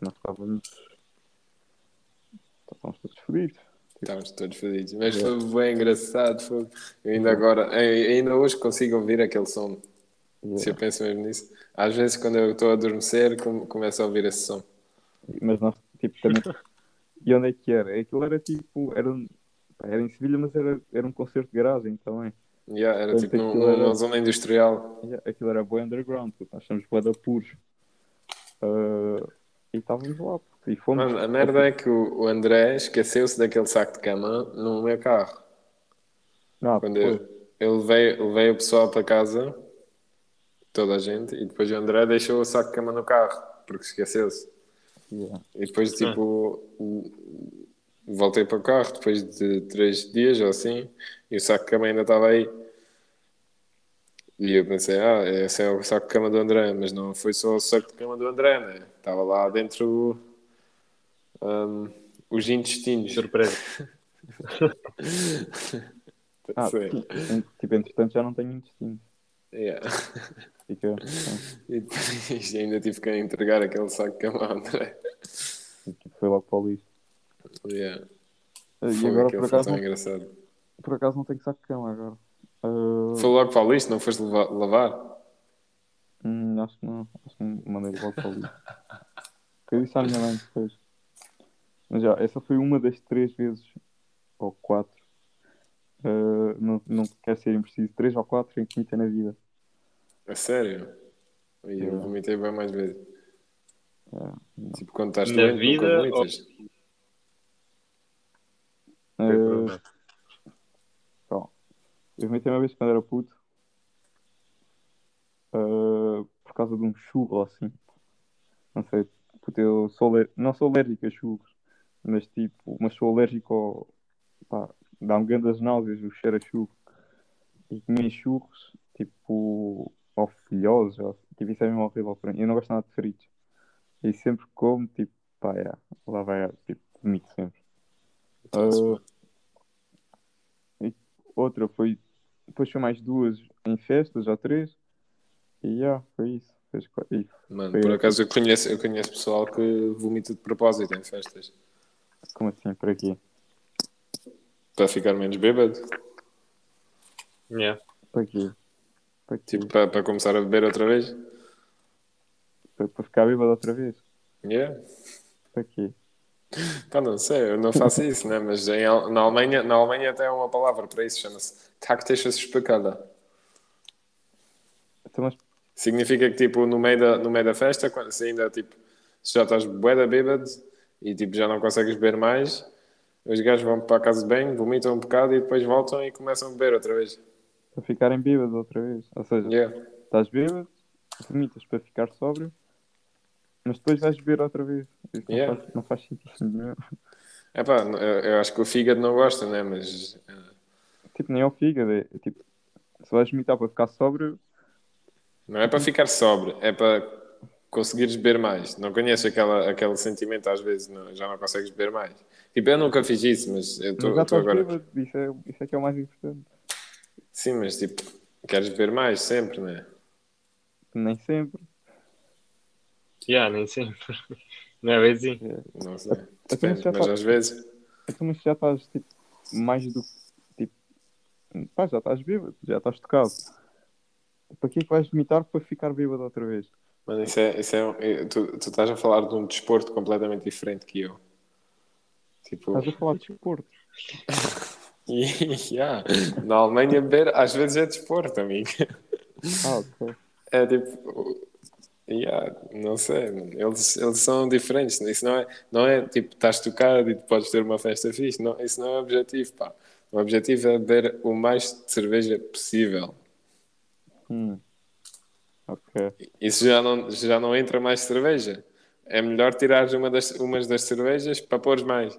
nós estávamos, estávamos todos fodidos. Estávamos todos fodidos. Mas Yeah. foi bem engraçado. Foi... Eu ainda Yeah. agora, ainda hoje consigo ouvir aquele som. Yeah. Se eu penso mesmo nisso. Às vezes, quando eu estou a adormecer, com- começo a ouvir esse som. Mas nós, tipo, também. E onde é que era? Aquilo era tipo. Era, um- pá, era em Sevilha, mas era, era um concerto de garagem também. Yeah, era Portanto, tipo num- aquilo numa era- zona industrial. Yeah, aquilo era bem underground, porque nós somos bué da puros. Ah, e estávamos lá. E fomos. Mano, a merda é que o, o André esqueceu-se daquele saco de cama no meu carro. Não, Quando depois. eu, eu levei, levei o pessoal para casa, toda a gente, e depois o André deixou o saco de cama no carro, porque esqueceu-se. Yeah. E depois, tipo, voltei para o carro depois de três dias ou assim, e o saco de cama ainda estava aí. E eu pensei, ah, esse é o saco de cama do André, mas não foi só o saco de cama do André, né? Estava lá dentro hum, os intestinos. Surpresa. Ah, Foi. sim. Em- Tipo, entretanto já não tenho intestino. Yeah. Fica. E depois ainda tive que entregar aquele saco de cama ao André. Tipo, foi logo para o lixo. Yeah. E Foi, agora, aquilo por foi acaso, tão não, engraçado. por acaso não tenho saco de cama agora. Ah, Foi logo para o lixo, não foste leva- lavar? hum, acho que não. Acho que mandei logo para o lixo. Eu disse à minha mãe depois. Mas já, essa foi uma das três vezes, ou quatro. ah, não, não quero ser impreciso. Três ou quatro em que vomitei na vida. A sério? E eu Yeah. vomitei bem mais vezes. Yeah, não. Tipo, quando estás Na doente, nunca vida ou- vomitas. Ah, Foi problema. Pronto. Eu vomitei uma vez quando era puto. ah, por causa de um churro ou assim. Não sei. Puto, eu sou aler- não sou alérgico a churros. Mas tipo, mas sou alérgico ao. Pá, dá-me grandes náuseas o cheiro a churro. E comi churros, tipo, ou folhosos, ou, tipo, isso é mesmo horrível para mim. Eu não gosto nada de fritos. E sempre que como, tipo, pá, yeah, lá vai, tipo, vomito sempre. Tá-se Ah, bem. e outra foi, depois foi mais duas em festas, ou três, e já, foi isso. Fez qua- e Mano, foi por essa. acaso eu conheço, eu conheço pessoal que vomita de propósito em festas. Como assim, por aqui? Para ficar menos bêbado. Yeah. Para quê? Para quê? Tipo, para, para começar a beber outra vez. Para, para ficar bêbado outra vez? Yeah. Para quê? Pá, não sei, eu não faço isso, né? Mas em, Al- na Alemanha, na Alemanha até há uma palavra para isso, chama-se Taktische Spückerle. Então, mas, Significa que, tipo, no meio da, no meio da festa, quando, se ainda, tipo, se já estás bué da bêbado e, tipo, já não consegues beber mais, os gajos vão para a casa de banho, vomitam um bocado e depois voltam e começam a beber outra vez. para ficarem bêbados outra vez. Ou seja, Yeah. estás bêbado, vomitas para ficar sóbrio, mas depois vais beber outra vez. Isso não, Yeah. faz, não faz sentido nenhum. Epá, eu, eu acho que o fígado não gosta, né? Mas, eh, Tipo, nem ao fígado. É, é tipo, se vais vomitar para ficar sóbrio, não é para ficar sóbrio, é para conseguires beber mais. Não conheces aquela, aquele sentimento, às vezes, não- já não consegues beber mais. Tipo, eu nunca fiz isso, mas eu mas já estou estás agora... bêbado. Isso é, isso é que é o mais importante. Sim, mas, tipo, queres beber mais sempre, né? Nem sempre. Yeah, nem sempre. Não é bem assim. É. Não sei. Então, Depende, já mas tá- às vezes... Então, mas já estás tipo, mais do que. Tipo, pá, já estás bêbado, já estás tocado. Para que é que vais vomitar para ficar bêbado outra vez? Mas isso é... Isso é um- eh, tu, tu estás a falar de um desporto completamente diferente que eu. Tipo... Estás a falar de desporto. E, yeah, na Alemanha beber às vezes é desporto, amigo. Ah, ok. É tipo, yeah, não sei, mano. Eles, eles são diferentes. Isso não é, não é tipo, estás tocado e podes ter uma festa fixe. Não, isso não é o objetivo, pá. O objetivo é beber o mais de cerveja possível. Hum. Ok. Isso já não, já não entra mais cerveja. É melhor tirares uma das, umas das cervejas para pôres mais.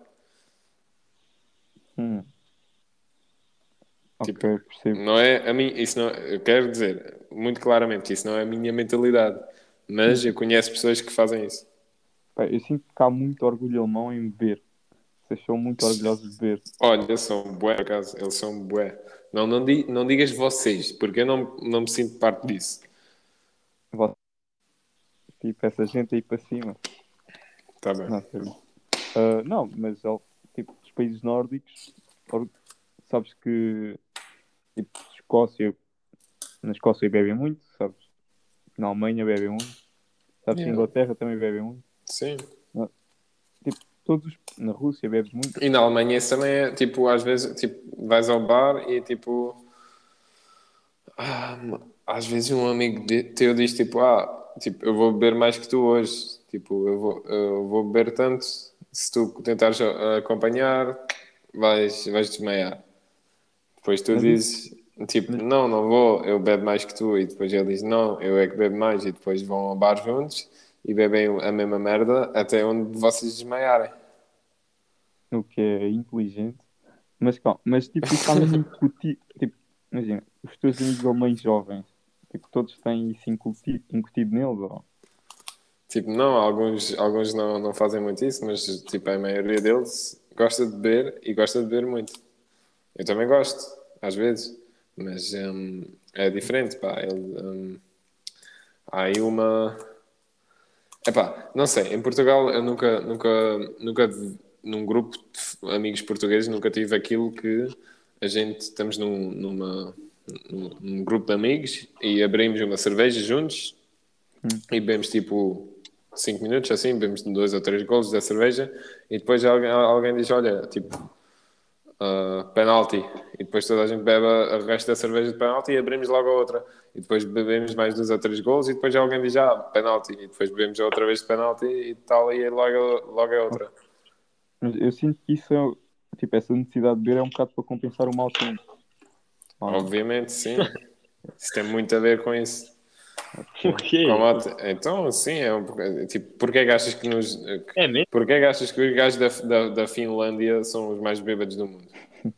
Hum. Ok, Tipo, percebo. não é a mim, isso não, eu quero dizer muito claramente que isso não é a minha mentalidade, mas eu conheço pessoas que fazem isso. Pá, eu sinto que há muito orgulho alemão em beber. Vocês são muito orgulhosos de beber. Olha, são bué, por acaso, eles são bué. Não, não, di, não digas vocês, porque eu não, não me sinto parte disso. Vó- Tipo, essa gente aí para cima. Tá bem. Não, sério. Ah, não, mas ó, tipo, dos países nórdicos, or- sabes que tipo, Escócia, na Escócia bebem muito, sabes? Na Alemanha bebem muito, sabes que Yeah. Inglaterra também bebem muito. Sim. Não, tipo, todos os- na Rússia bebes muito. E na Alemanha isso também é, tipo, às vezes, tipo, vais ao bar e, tipo, ah, às vezes um amigo de- teu diz, tipo, ah, tipo, eu vou beber mais que tu hoje. Tipo, eu vou, eu vou beber tanto, se tu tentares a- acompanhar, vais, vais desmaiar. Depois tu Mas isso, dizes, tipo, mas, não, não vou, eu bebo mais que tu. E depois ele diz, não, eu é que bebo mais. E depois vão ao bar juntos e bebem a mesma merda até onde vocês desmaiarem. o que é inteligente. Mas calma, mas tipo, isso está mesmo incutido. Tipo, imagina, os teus amigos alemães jovens, tipo, todos têm isso incutido, incutido neles, ou? Tipo, não, alguns, alguns não, não fazem muito isso, mas tipo, a maioria deles gosta de beber e gosta de beber muito. Eu também gosto, às vezes, mas hum, é diferente, pá. Ele, hum, há aí uma. Epá, não sei, em Portugal eu nunca, nunca, nunca, num grupo de amigos portugueses, nunca tive aquilo que a gente estamos num, numa, num, num grupo de amigos e abrimos uma cerveja juntos Hum. e bebemos tipo cinco minutos, assim, bebemos dois ou três golos da cerveja e depois alguém, alguém diz, olha, tipo, uh, penalti. E depois toda a gente bebe o resto da cerveja de penalti e abrimos logo a outra. E depois bebemos mais dois ou três golos e depois alguém diz, ah, penalti. E depois bebemos a outra vez de penalti e tal, e logo, logo a outra. Mas eu sinto que isso é, tipo, essa necessidade de beber é um bocado para compensar o mau tempo. Ou não? Obviamente, sim. Isso tem muito a ver com isso. O quê? Como a te- Então, sim, é um... pouco- tipo, porquê é que achas que nos... É mesmo? Porquê é que achas que os gajos da, da, da Finlândia são os mais bêbados do mundo?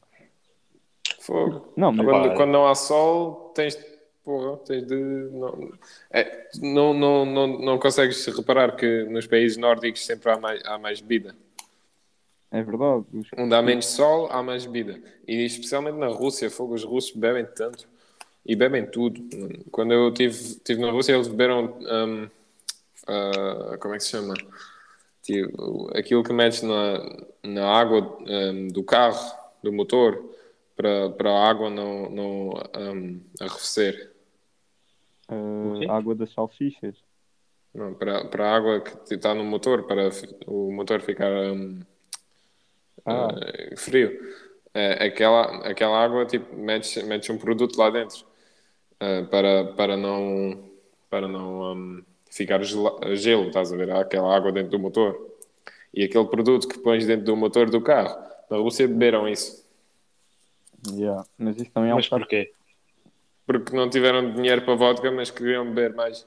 Fogo. Não, mas Quando, Opa, quando não há sol, tens, porra, tens de. Não, é, não, não, não, não consegues reparar que nos países nórdicos sempre há mais, há mais bebida. é verdade. Os, Onde há menos sol, há mais bebida. E especialmente na Rússia, fogo, os russos bebem tanto. E bebem tudo. Quando eu estive tive, tive na Rússia, eles beberam. hum, ah, como é que se chama? Tipo, aquilo que metes na, na água hum, do carro, do motor, para, para a água não, não hum, arrefecer. o uh, quê? a água das salsichas. Não, para, para a água que está no motor, para fi- o motor ficar hum, Ah, uh, frio. É, aquela, aquela água, tipo, metes, metes um produto lá dentro uh, para, para não, para não hum, ficar gela- gelo, estás a ver? Há aquela água dentro do motor. E aquele produto que pões dentro do motor do carro, na Rússia beberam isso. yeah. Mas isso também é um Mas bocado. porquê? Porque não tiveram dinheiro para vodka, mas queriam beber mais.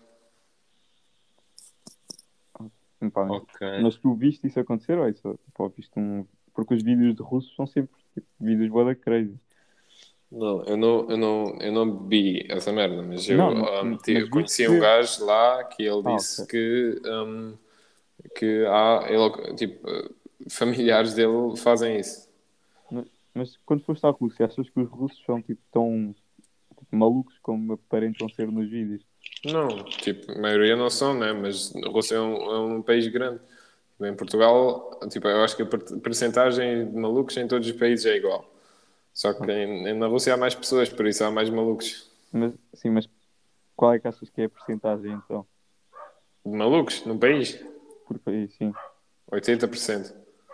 Pá, Ok. mas tu viste isso acontecer ou é isso? Tipo, ou viste um... Porque os vídeos de russos são sempre tipo, vídeos bué da crazy. Não, eu não, eu não, eu não bebi essa merda, mas Não, eu, não, um, te- mas eu viste conheci um ver. gajo lá que ele Ah, disse ok. que, um, que há, ele, tipo, eh, familiares dele fazem isso. Mas, mas quando foste à Rússia, achas que os russos são tipo tão tipo, malucos como aparentam ser nos vídeos? Não, tipo, a maioria não são, né? Mas a Rússia é um, é um país grande. Em Portugal, tipo, eu acho que a per- percentagem de malucos em todos os países é igual. Só que em- na Rússia há mais pessoas, por isso há mais malucos. Mas sim, mas qual é que achas que é a porcentagem então? De malucos no país? Por país, sim. oitenta por cento.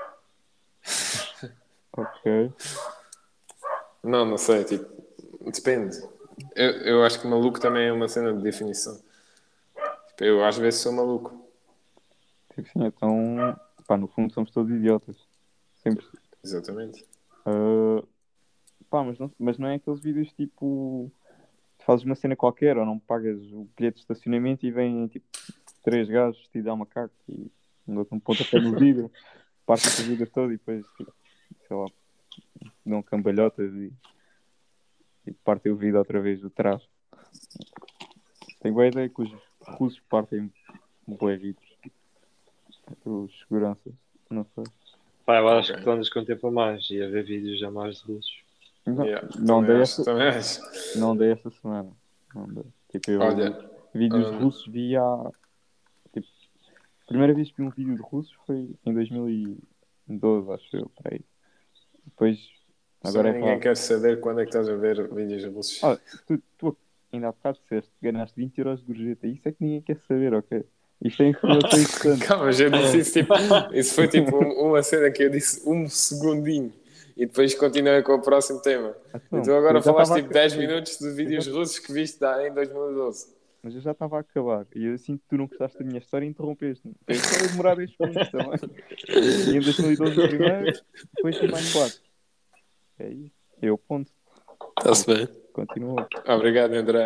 Ok. Não, não sei, tipo, depende. Eu, eu acho que maluco também é uma cena de definição. Tipo, eu às vezes sou maluco. Tipo assim, então, pá, no fundo somos todos idiotas. Sempre. Exatamente. Ah, pá, mas não, mas não é aqueles vídeos tipo. Tu fazes uma cena qualquer ou não pagas o bilhete de estacionamento e vêm tipo três gajos vestidos a macaco e dão-te um pontapé no vidro, partem-te o vidro todo e depois, tipo, sei lá, dão cambalhotas e, e partem o vidro outra vez do trás. Tenho boa ideia que os russos partem bué vidros. Os seguranças, não sei. Pá, eu acho Ok. que tu andas com tempo a mais e a ver vídeos a mais de russos. Não, Yeah, não também dei acho, esta, também acho. não dei esta semana. Não dei. Tipo, eu Olha, vídeos hum, russos vi há tipo A primeira vez que vi um vídeo de russos foi em dois mil e doze, acho eu, por aí. Depois, agora Só é ninguém pá. quer saber quando é que estás a ver vídeos russos. Ah, tu, tu ainda há bocado disseste que ganhaste vinte euros de gorjeta. Isso é que ninguém quer saber, ok? Isto é informação importante. Calma, já disse isso, tipo, isso foi tipo um- uma cena que eu disse um segundinho e depois continuei com o próximo tema. E Então, tu agora eu já falaste estava a tipo aca- dez eu- minutos de eu vídeos já- russos que viste da- em dois mil e doze. mas eu já estava a acabar. E eu sinto que tu não gostaste da minha história e interrompeste-me. Foi só eu demorar dez segundos também. E em dois mil e doze o primeiro, depois vi mais quatro. É isso. É o ponto. Está-se bem. Continua. Obrigado, André.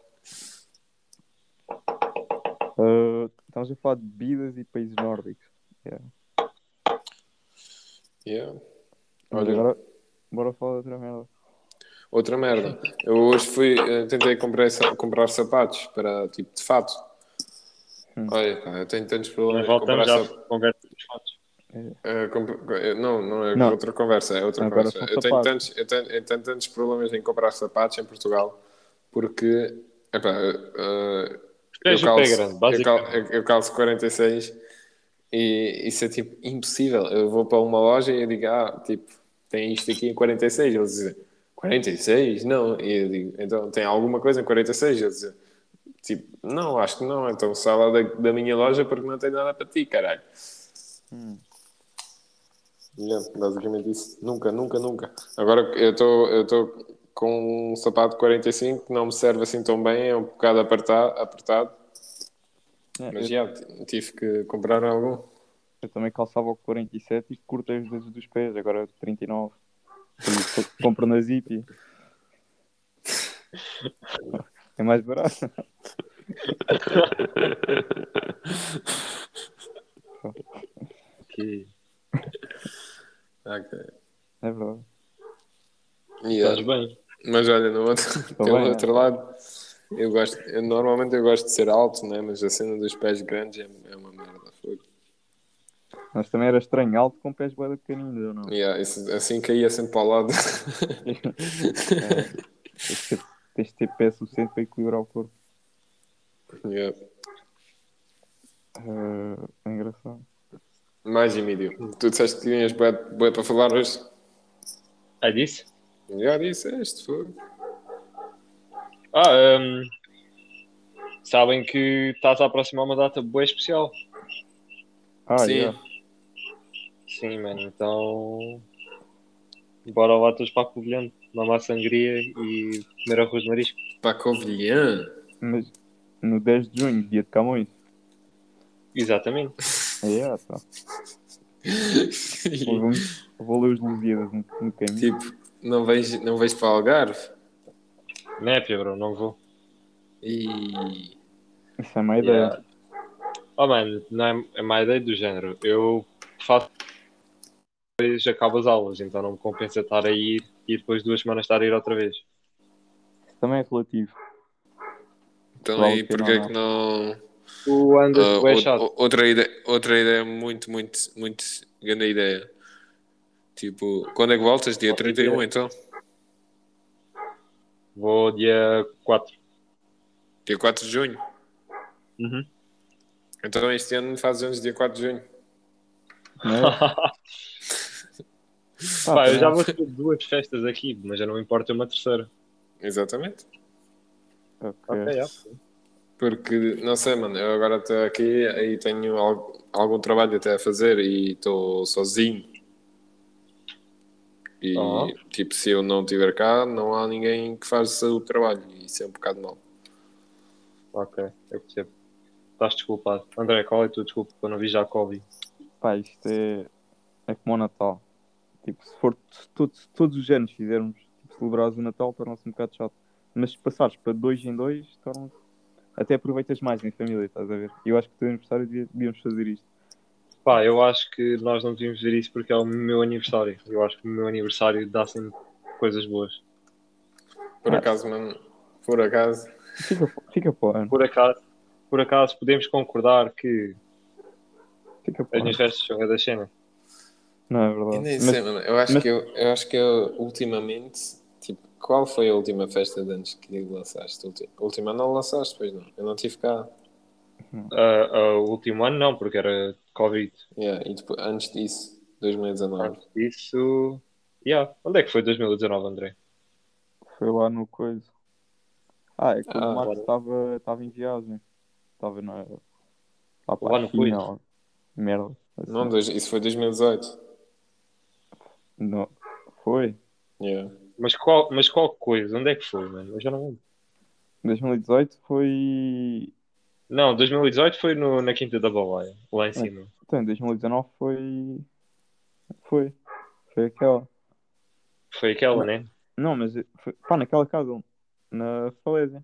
Uh, estamos a falar de bebidas e países nórdicos. Yeah. Yeah. Mas Olha, agora, bora falar de outra merda. outra merda. Eu hoje fui, eh, tentei comprar, sa- comprar sapatos para tipo de fato. Hum. Olha, pá, eu tenho tantos Nós problemas de comprar voltamos já sapatos. para a conversa dos fotos. Eh, comp- eh, não, não é Não. outra conversa, é outra Agora conversa. são Eu tenho, sapatos. tantos, eu, tenho, eu tenho tantos problemas em comprar sapatos em Portugal porque epá, eh, Porque eu, és o pé calço, grande, eu, cal, basicamente. eu, eu calço quarenta e seis e isso é tipo impossível. Eu vou para uma loja e eu digo, ah, tipo, tem isto aqui em quarenta e seis. Eles dizem, quarenta e seis? Não. E eu digo, então tem alguma coisa em quarenta e seis? Eles dizem, tipo, não, acho que não. Então sai lá da, da minha loja porque não tem nada para ti, caralho. Hum. Yeah, basicamente isso. Nunca, nunca, nunca. Agora eu estou eu estou com um sapato de quarenta e cinco que não me serve assim tão bem, é um bocado apertado, apertado. É, Mas eu, já, t- tive que comprar algum. eu também calçava o quarenta e sete e cortei os dedos dos pés. Agora trinta e nove. Por isso compro na Zippy. É mais barato. Que Ok. É verdade. Yeah. estás bem. Mas olha, no outro, pelo bem, outro lado, eu gosto, eu, normalmente eu gosto de ser alto, né? Mas a cena dos pés grandes é, é uma merda. Fogo. Mas também era estranho. Alto com pés bué de pequeninos, ou não? Yeah, isso, assim caía sempre para o lado. É, tens, de ter, tens de ter pé suficiente para equilibrar o corpo. Yeah. Uh, é engraçado. Mais Emílio, tu disseste que tinhas bué, bué para falar hoje? É disso? Já disseste, fogo. Ah, hum, sabem que estás a aproximar uma data boa especial. Ah, Sim. yeah. Sim, mano. Então, bora lá todos para a Covilhã, mamar sangria e comer arroz de marisco. Para a Covilhã? Mas no dez de junho, dia de Camões. Exatamente. É, yeah, tá. Vou, vou, vou ler os Lusíadas no, no caminho. Tipo, não vais, não vais para Algarve? Népia, bro, não vou. E... Isso é uma ideia. Yeah. Oh, mano, não é, é má ideia do género. Eu faço depois acabo as aulas, então não me compensa estar a ir e depois duas semanas estar a ir outra vez. Isso também é relativo. Então Vale aí a pena porque é ou que não... Tu andas Ah, bué ou- chato. ou- outra ideia, outra ideia muito, muito, muito grande ideia. Tipo, quando é que voltas? Dia Outra trinta e um, ideia. então? Vou dia quatro. Dia quatro de junho? Uhum. Então este ano fazes anos dia quatro de junho. Não é? Pá, Pá, eu também já acho- vou ter duas festas aqui, mas já não importa uma terceira. Exatamente. Ok. Ok, já. Porque, não sei, mano, eu agora estou aqui e tenho al- algum trabalho até a fazer e estou sozinho. E, Ah. tipo, se eu não estiver cá, não há ninguém que faça o trabalho. E isso é um bocado mau. Ok, eu percebo. Estás desculpado. André, qual é a tua desculpa para não vir já Covid? Pá, isto é, é como o Natal. Tipo, se for se todos, se todos os anos fizermos tipo, celebrares o Natal, torna-se um bocado chato. Mas se passares para dois em dois, torna-se. Até aproveitas mais em família, estás a ver? Eu acho que o teu aniversário devia- devíamos fazer isto. Pá, eu acho que nós não devíamos ver isso porque é o meu aniversário. Eu acho que o meu aniversário dá sempre coisas boas. Por Ah. acaso, mano, por acaso. Fica, fica para o ano. Por acaso, por acaso podemos concordar que Fica para as o minhas ano. festas são da cena. Não é Eu verdade. nem Mas, sei, mano. Eu acho, mas- que eu, eu acho que eu, ultimamente, tipo, qual foi a última festa de anos que lançaste? Ulti- A última não lançaste, pois não. Eu não tive cá. Ah, ah, o último ano não, porque era Covid. Yeah, e depois, antes disso, dois mil e dezanove. Antes disso. Yeah. Onde é que foi dois mil e dezanove, André? Foi lá no coisa. Ah, é quando o Ah, Max lá- estava estava em viagem. Estava na, lá para Lá a no China. coisa. Ou, merda. Assim. não, dois, isso foi dois mil e dezoito. Não. Foi. Yeah. Mas qual, mas qual coisa? Onde é que foi, mano? Eu já não lembro. dois mil e dezoito foi. Não, dois mil e dezoito foi no, na Quinta da Balaia, lá em Ah, cima. Então, em dois mil e dezanove foi. Foi. Foi aquela. Foi aquela, Não, né? não mas foi, pá, naquela casa. Na Falésia.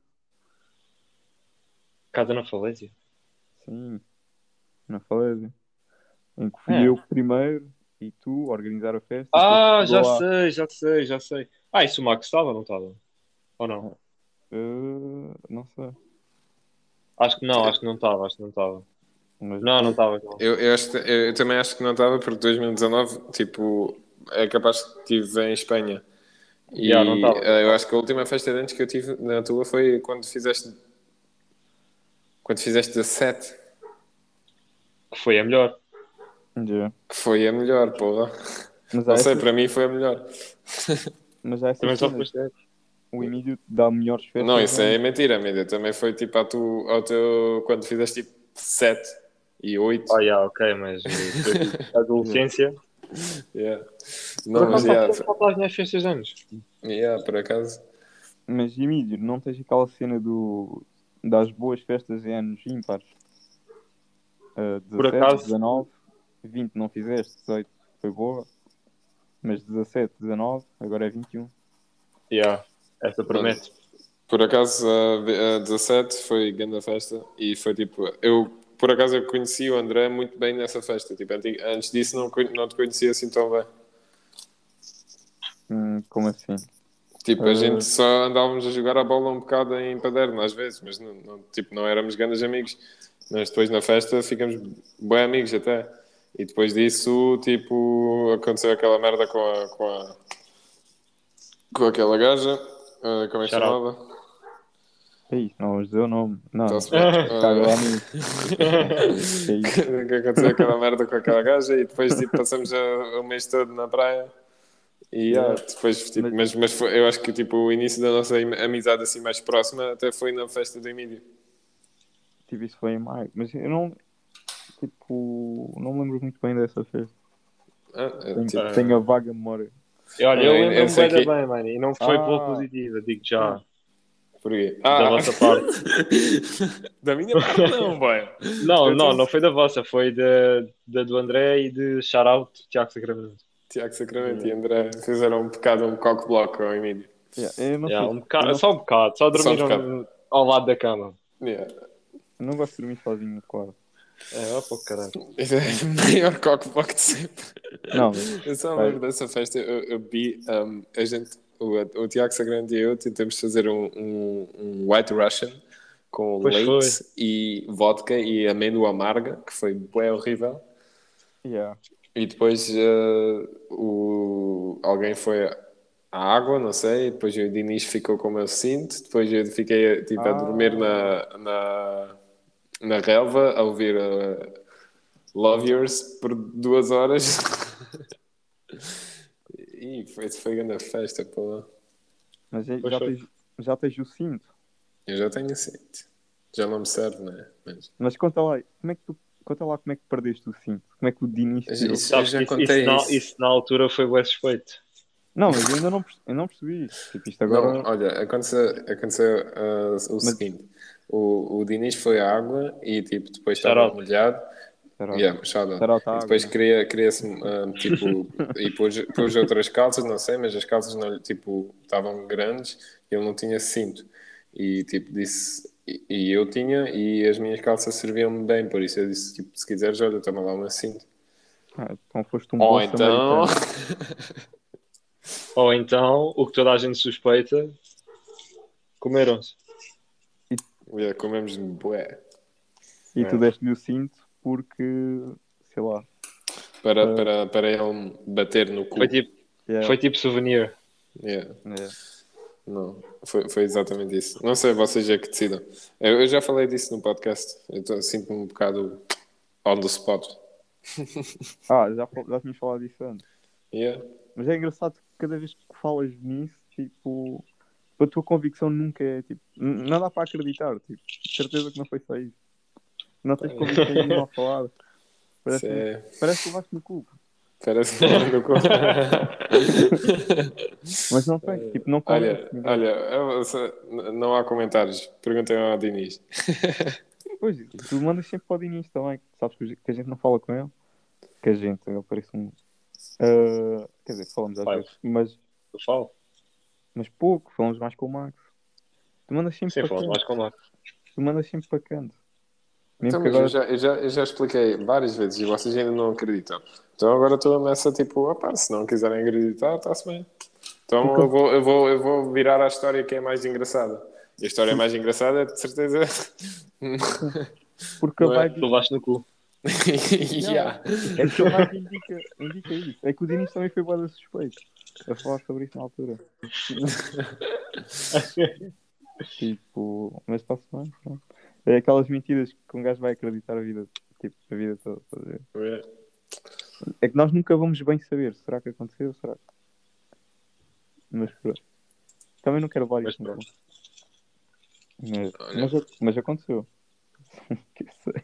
Casa na Falência. Sim, na Falésia. Em que fui É. eu primeiro e tu organizar a festa. e Ah, depois já chegou lá. sei, já sei, já sei. Ah, isso o Max estava, não estava? Ou não? Eh, não sei. Acho que não, acho que não estava, acho que não estava. Mas Não, não depois. estava. Não. Eu, eu, acho que- eu, eu também acho que não estava, porque dois mil e dezanove, tipo, é capaz que estive em Espanha. E Yeah, não estava. eh, eu acho que a última festa de anos que eu tive na tua foi quando fizeste. Quando fizeste dezassete. Que foi a melhor. Yeah. Que foi a melhor, porra. Mas há Não sei, essa, para mim foi a melhor. mas há essa Também só cena. foste. O Emílio dá melhores festas. Não, isso é antes. mentira, amiga. Também foi tipo ao, tu, ao teu. Quando fizeste tipo sete e oito. Ah, yeah, ok, mas eh, depois da adolescência. Yeah. Por Não, mas acaso yeah, yeah, faltar as minhas festas de anos. yeah, por acaso. Mas Emílio, não tens aquela cena do, das boas festas em anos ímpares? Uh, Por dezassete, acaso- dezanove, vinte não fizeste, dezoito foi boa. Mas dezassete, dezanove, agora é vinte e um. Yeah, essa promete. Por acaso, a, a dezassete foi grande festa e foi tipo. Eu, por acaso, eu conheci o André muito bem nessa festa. Tipo, anti- antes disso, não, conhe- não te conhecia assim tão bem. Hum, como assim? Tipo, a Uh, gente só andávamos a jogar a bola um bocado em paderno às vezes, mas não, não- tipo, não éramos grandes amigos. Mas depois na festa ficamos bem amigos até. E depois disso, tipo, aconteceu aquela merda com a. com, a, com aquela gaja. Ah, como é que se Shout out. chamava? Ei, não vamos dizer o nome. Não, Está-se bem. caga lá Ah, nisso. Que é isso? que aconteceu aquela merda com aquela gaja e depois tipo, passamos a- o mês todo na praia. E Yeah. ah, depois, tipo, Mas- mas, mas foi- eu acho que tipo, o início da nossa im- amizade assim mais próxima até foi na festa do Emílio. Tipo, isso foi em maio. Mas eu não. Tipo, não me lembro muito bem dessa festa. Ah, é, Tenho, tipo, tenho a vaga memória. E olha, eu Eu- eu lembro-me sei bem, que- bem, mano. E não foi Ah. pela positiva, digo já. porquê? Da vossa parte. Da minha parte não, boy. Não, Eu não, tô- não foi da vossa, foi da, da do André e de shout-out Tiago Sacramento. Tiago Sacramento e André fizeram um bocado um cock-block ao Emílio. Yeah, eu não Yeah, sei. um bocado, eu, não, só um bocado, só Só um dormiram ao lado da cama. Yeah. eu não gosto de dormir sozinho no quarto. É, ó para o caralho. Isso é o maior cock-block de sempre. Não, mas Eu só Vai. lembro dessa festa, eu, eu vi um, a gente, o, o Tiago Sagrande e eu tentamos fazer um, um, um White Russian com Pois leite foi. e vodka e amêndoa amarga, que foi bué horrível. yeah. E depois uh, o, alguém foi à água, não sei, e depois o Diniz ficou com o meu cinto, depois eu fiquei tipo, a Ah. dormir na, na, na relva a ouvir uh, Love Yours por duas horas. E foi, foi grande festa, pô. Mas já, Pois já, foi. tens, já tens o cinto. Eu já tenho cinto. Já não me serve, né? Mas... Mas conta lá, como é que tu, conta lá como é que perdeste o cinto. Como é que o Diniz Isso- tirou. isso- Sabes já que isso, contei isso, na, isso. isso na altura foi bem suspeito. Não, mas eu ainda não, perce- eu não percebi. Tipo, isto Não, agora. olha, aconteceu, aconteceu uh, o seguinte. O, o Diniz foi à água e tipo, depois Shout estava out. molhado. Shout out. Yeah, shout out. Shout out à E água, depois né? queria, queria-se, uh, tipo, e pôs, pôs outras calças, não sei, mas as calças não, lhe, tipo, estavam grandes e ele não tinha cinto. E tipo, disse, e, e eu tinha, e as minhas calças serviam-me bem, por isso eu disse, tipo, se quiseres, olha, toma lá o meu cinto. Ah, então foste um Ou boss então, americano. Ou então, o que toda a gente suspeita, comeram-se. yeah, comemos bué. E É. tu deste-lhe o cinto porque, sei lá. Para, Uh, para, para ele bater no cu. Foi tipo, yeah, foi tipo souvenir. Yeah. yeah. Não, foi, foi exatamente isso. Não sei, vocês é que decidam. Eu, eu já falei disso no podcast. Eu tô- sinto-me um bocado on the spot. Ah, já, fal- já tínhamos falado disso antes. Yeah. Mas é engraçado que cada vez que falas nisso, tipo, a tua convicção nunca é, tipo, n- não dá para acreditar, tipo, certeza que não foi só isso. Não tens convicção nenhuma a falar. Parece, Isso é- parece que levaste no cu. Parece que não no cu. Mas não tens, tipo, não Olha, convence ninguém. olha, eu- se- não há comentários. Perguntem ao Diniz. Pois, tu mandas sempre para o Diniz também, que sabes que a gente não fala com ele. Que a gente, ele parece um... Ah, quer dizer, falamos às Vai. vezes, mas, Eu falo. mas pouco, falamos mais com o Max. Tu mandas sempre Sim, para falamos canto. mais com o Marco. Tu mandas sempre para canto. Então, Mesmo que mas agora... eu, já, eu, já, eu já expliquei várias vezes e vocês ainda não acreditam. Então agora estou nessa tipo, opá, se não quiserem acreditar, está-se bem. Então Porque- eu vou, eu, vou, eu vou virar à história que é mais engraçada. E a história mais engraçada é de certeza. Porque a Não é? vibe... Tu levaste no cu. yeah. É que a vibe indica, indica isso. É que o Diniz também foi boa suspeito a falar sobre isso na altura. Tipo, mas está-se bem, pronto. É aquelas mentiras que um gajo vai acreditar a vida, tipo, a vida toda. estás a ver? É que nós nunca vamos bem saber. Será que aconteceu? Será que... Mas pronto. Também não quero levar Mas isso no pronto. cu. Mas, Olha. mas, ac- mas aconteceu. Que eu sei.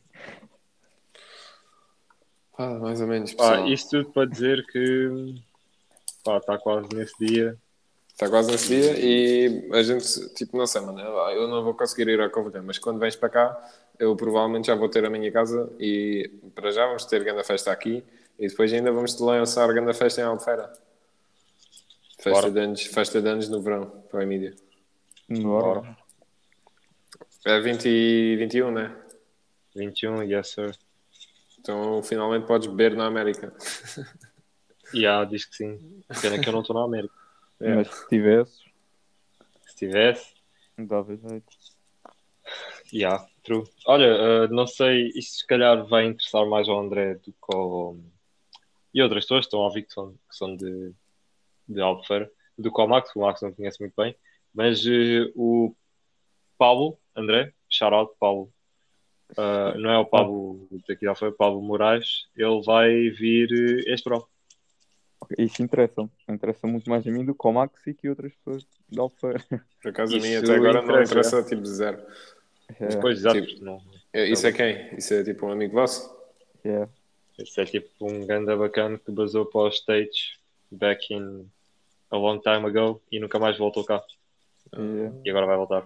Ah, mais ou menos, Pá, pessoal. isso tudo para dizer que pá, está quase nesse dia. Está quase nesse dia e a gente, tipo, não sei, mano, eu não vou conseguir ir ao Covilhã, mas quando vens para cá, eu provavelmente já vou ter a minha casa e para já vamos ter grande festa aqui e depois ainda vamos te lançar a grande festa em Albufeira. Festa Bora. de, anos, festa de anos no verão, para a Emília. Bora. Bora. É vinte e vinte e um, né? vinte e um, yes sir. Então finalmente podes beber na América. E há, diz que sim. Pena que eu não estou na América. É. Mas se tivesses, Se tivesse, dava jeito. e há, true. Olha, uh, não sei, isto se calhar vai interessar mais ao André do que ao... E outras pessoas que estão a ouvir que são, que são de, de Albufeira, do que ao Max, que o Max não conhece muito bem. Mas uh, o Pablo, André, shout out Pablo. Uh, não é o Pablo daqui da Albufeira, o Pablo Moraes. Ele vai vir uh, este verão. Ok, isso interessa-me. Interessa muito mais a mim do que ao Max e que outras pessoas da Alfeira. Por acaso a mim Isso até agora não interessa, interessa tipo zero. É, Depois, exato. tipo- Não, É, Isso é quem? Isso é tipo um amigo vosso? é. esse é tipo um ganda bacana que basou para os States back in a long time ago e nunca mais voltou cá. é, E agora vai voltar.